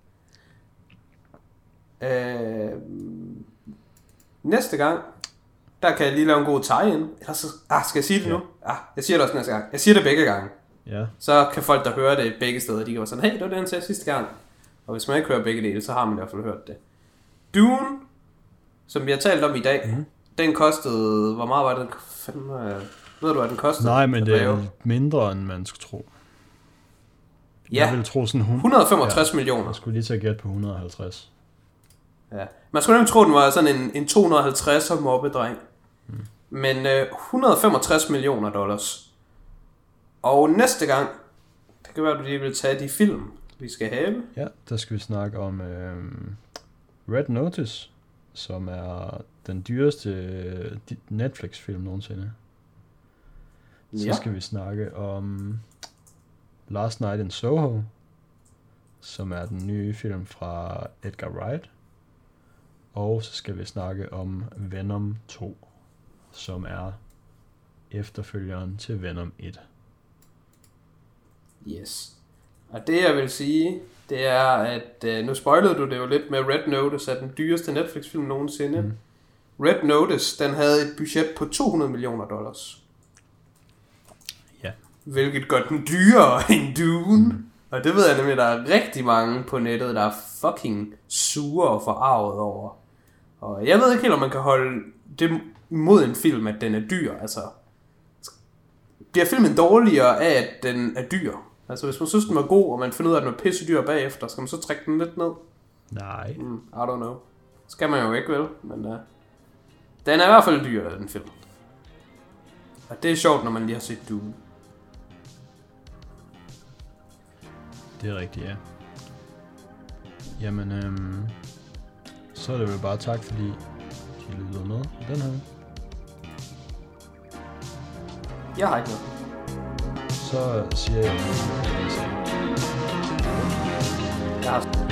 Mm. Øh, næste gang, der kan jeg lige lave en god tie-in. Eller så, ah, skal jeg sige det ja. nu? Ah, jeg siger det også næste gang. Jeg siger det begge gange. Ja. Så kan folk, der hører det begge steder, de kan være sådan, hey, det var det, han sagde sidste gang. Og hvis man ikke hører begge dele, så har man i hvert fald hørt det. Dune, som vi har talt om i dag, mm. den kostede, hvor meget var den? Fem, øh, ved du, hvad den kostede? Nej, men det er mindre, end man skulle tro. Ja, jeg ville tro sådan et hundrede og femogtres ja, millioner. Jeg skulle lige tage gæt på et hundrede og halvtreds. Ja, man skulle nemlig tro, den var sådan en, en to hundrede og halvtreds mobbedreng. Mm. Men øh, et hundrede og femogtres millioner dollars. Og næste gang, det kan være, at du lige vil tage de film, vi skal have. Ja, der skal vi snakke om øh, Red Notice, som er den dyreste Netflix-film nogensinde. Så ja. skal vi snakke om Last Night in Soho, som er den nye film fra Edgar Wright. Og så skal vi snakke om Venom to, som er efterfølgeren til Venom et. Yes. Og det jeg vil sige, det er, at øh, nu spoilede du det jo lidt med Red Notice, at den dyreste Netflix-film nogensinde. Mm. Red Notice, den havde et budget på to hundrede millioner dollars. Ja. Hvilket gør den dyrere end Dune. Mm. Og det ved jeg nemlig, der er rigtig mange på nettet, der er fucking sure og forarvet over. Og jeg ved ikke helt, om man kan holde det mod en film, at den er dyr. Altså, bliver filmen dårligere af, at den er dyr? Altså, hvis man synes, den var god, og man finder ud af, at den er pisse dyr bagefter, skal man så trække den lidt ned? Nej. Mm, I don't know. Skal man jo ikke, vel? Men uh, den er i hvert fald dyr, den film. Og det er sjovt, når man lige har set Dune. Det er rigtigt, ja. Jamen, øhm, så er det vel bare tak, fordi de lyttede med den her. Jeg har ikke noget. Så siger jeg... Jeg har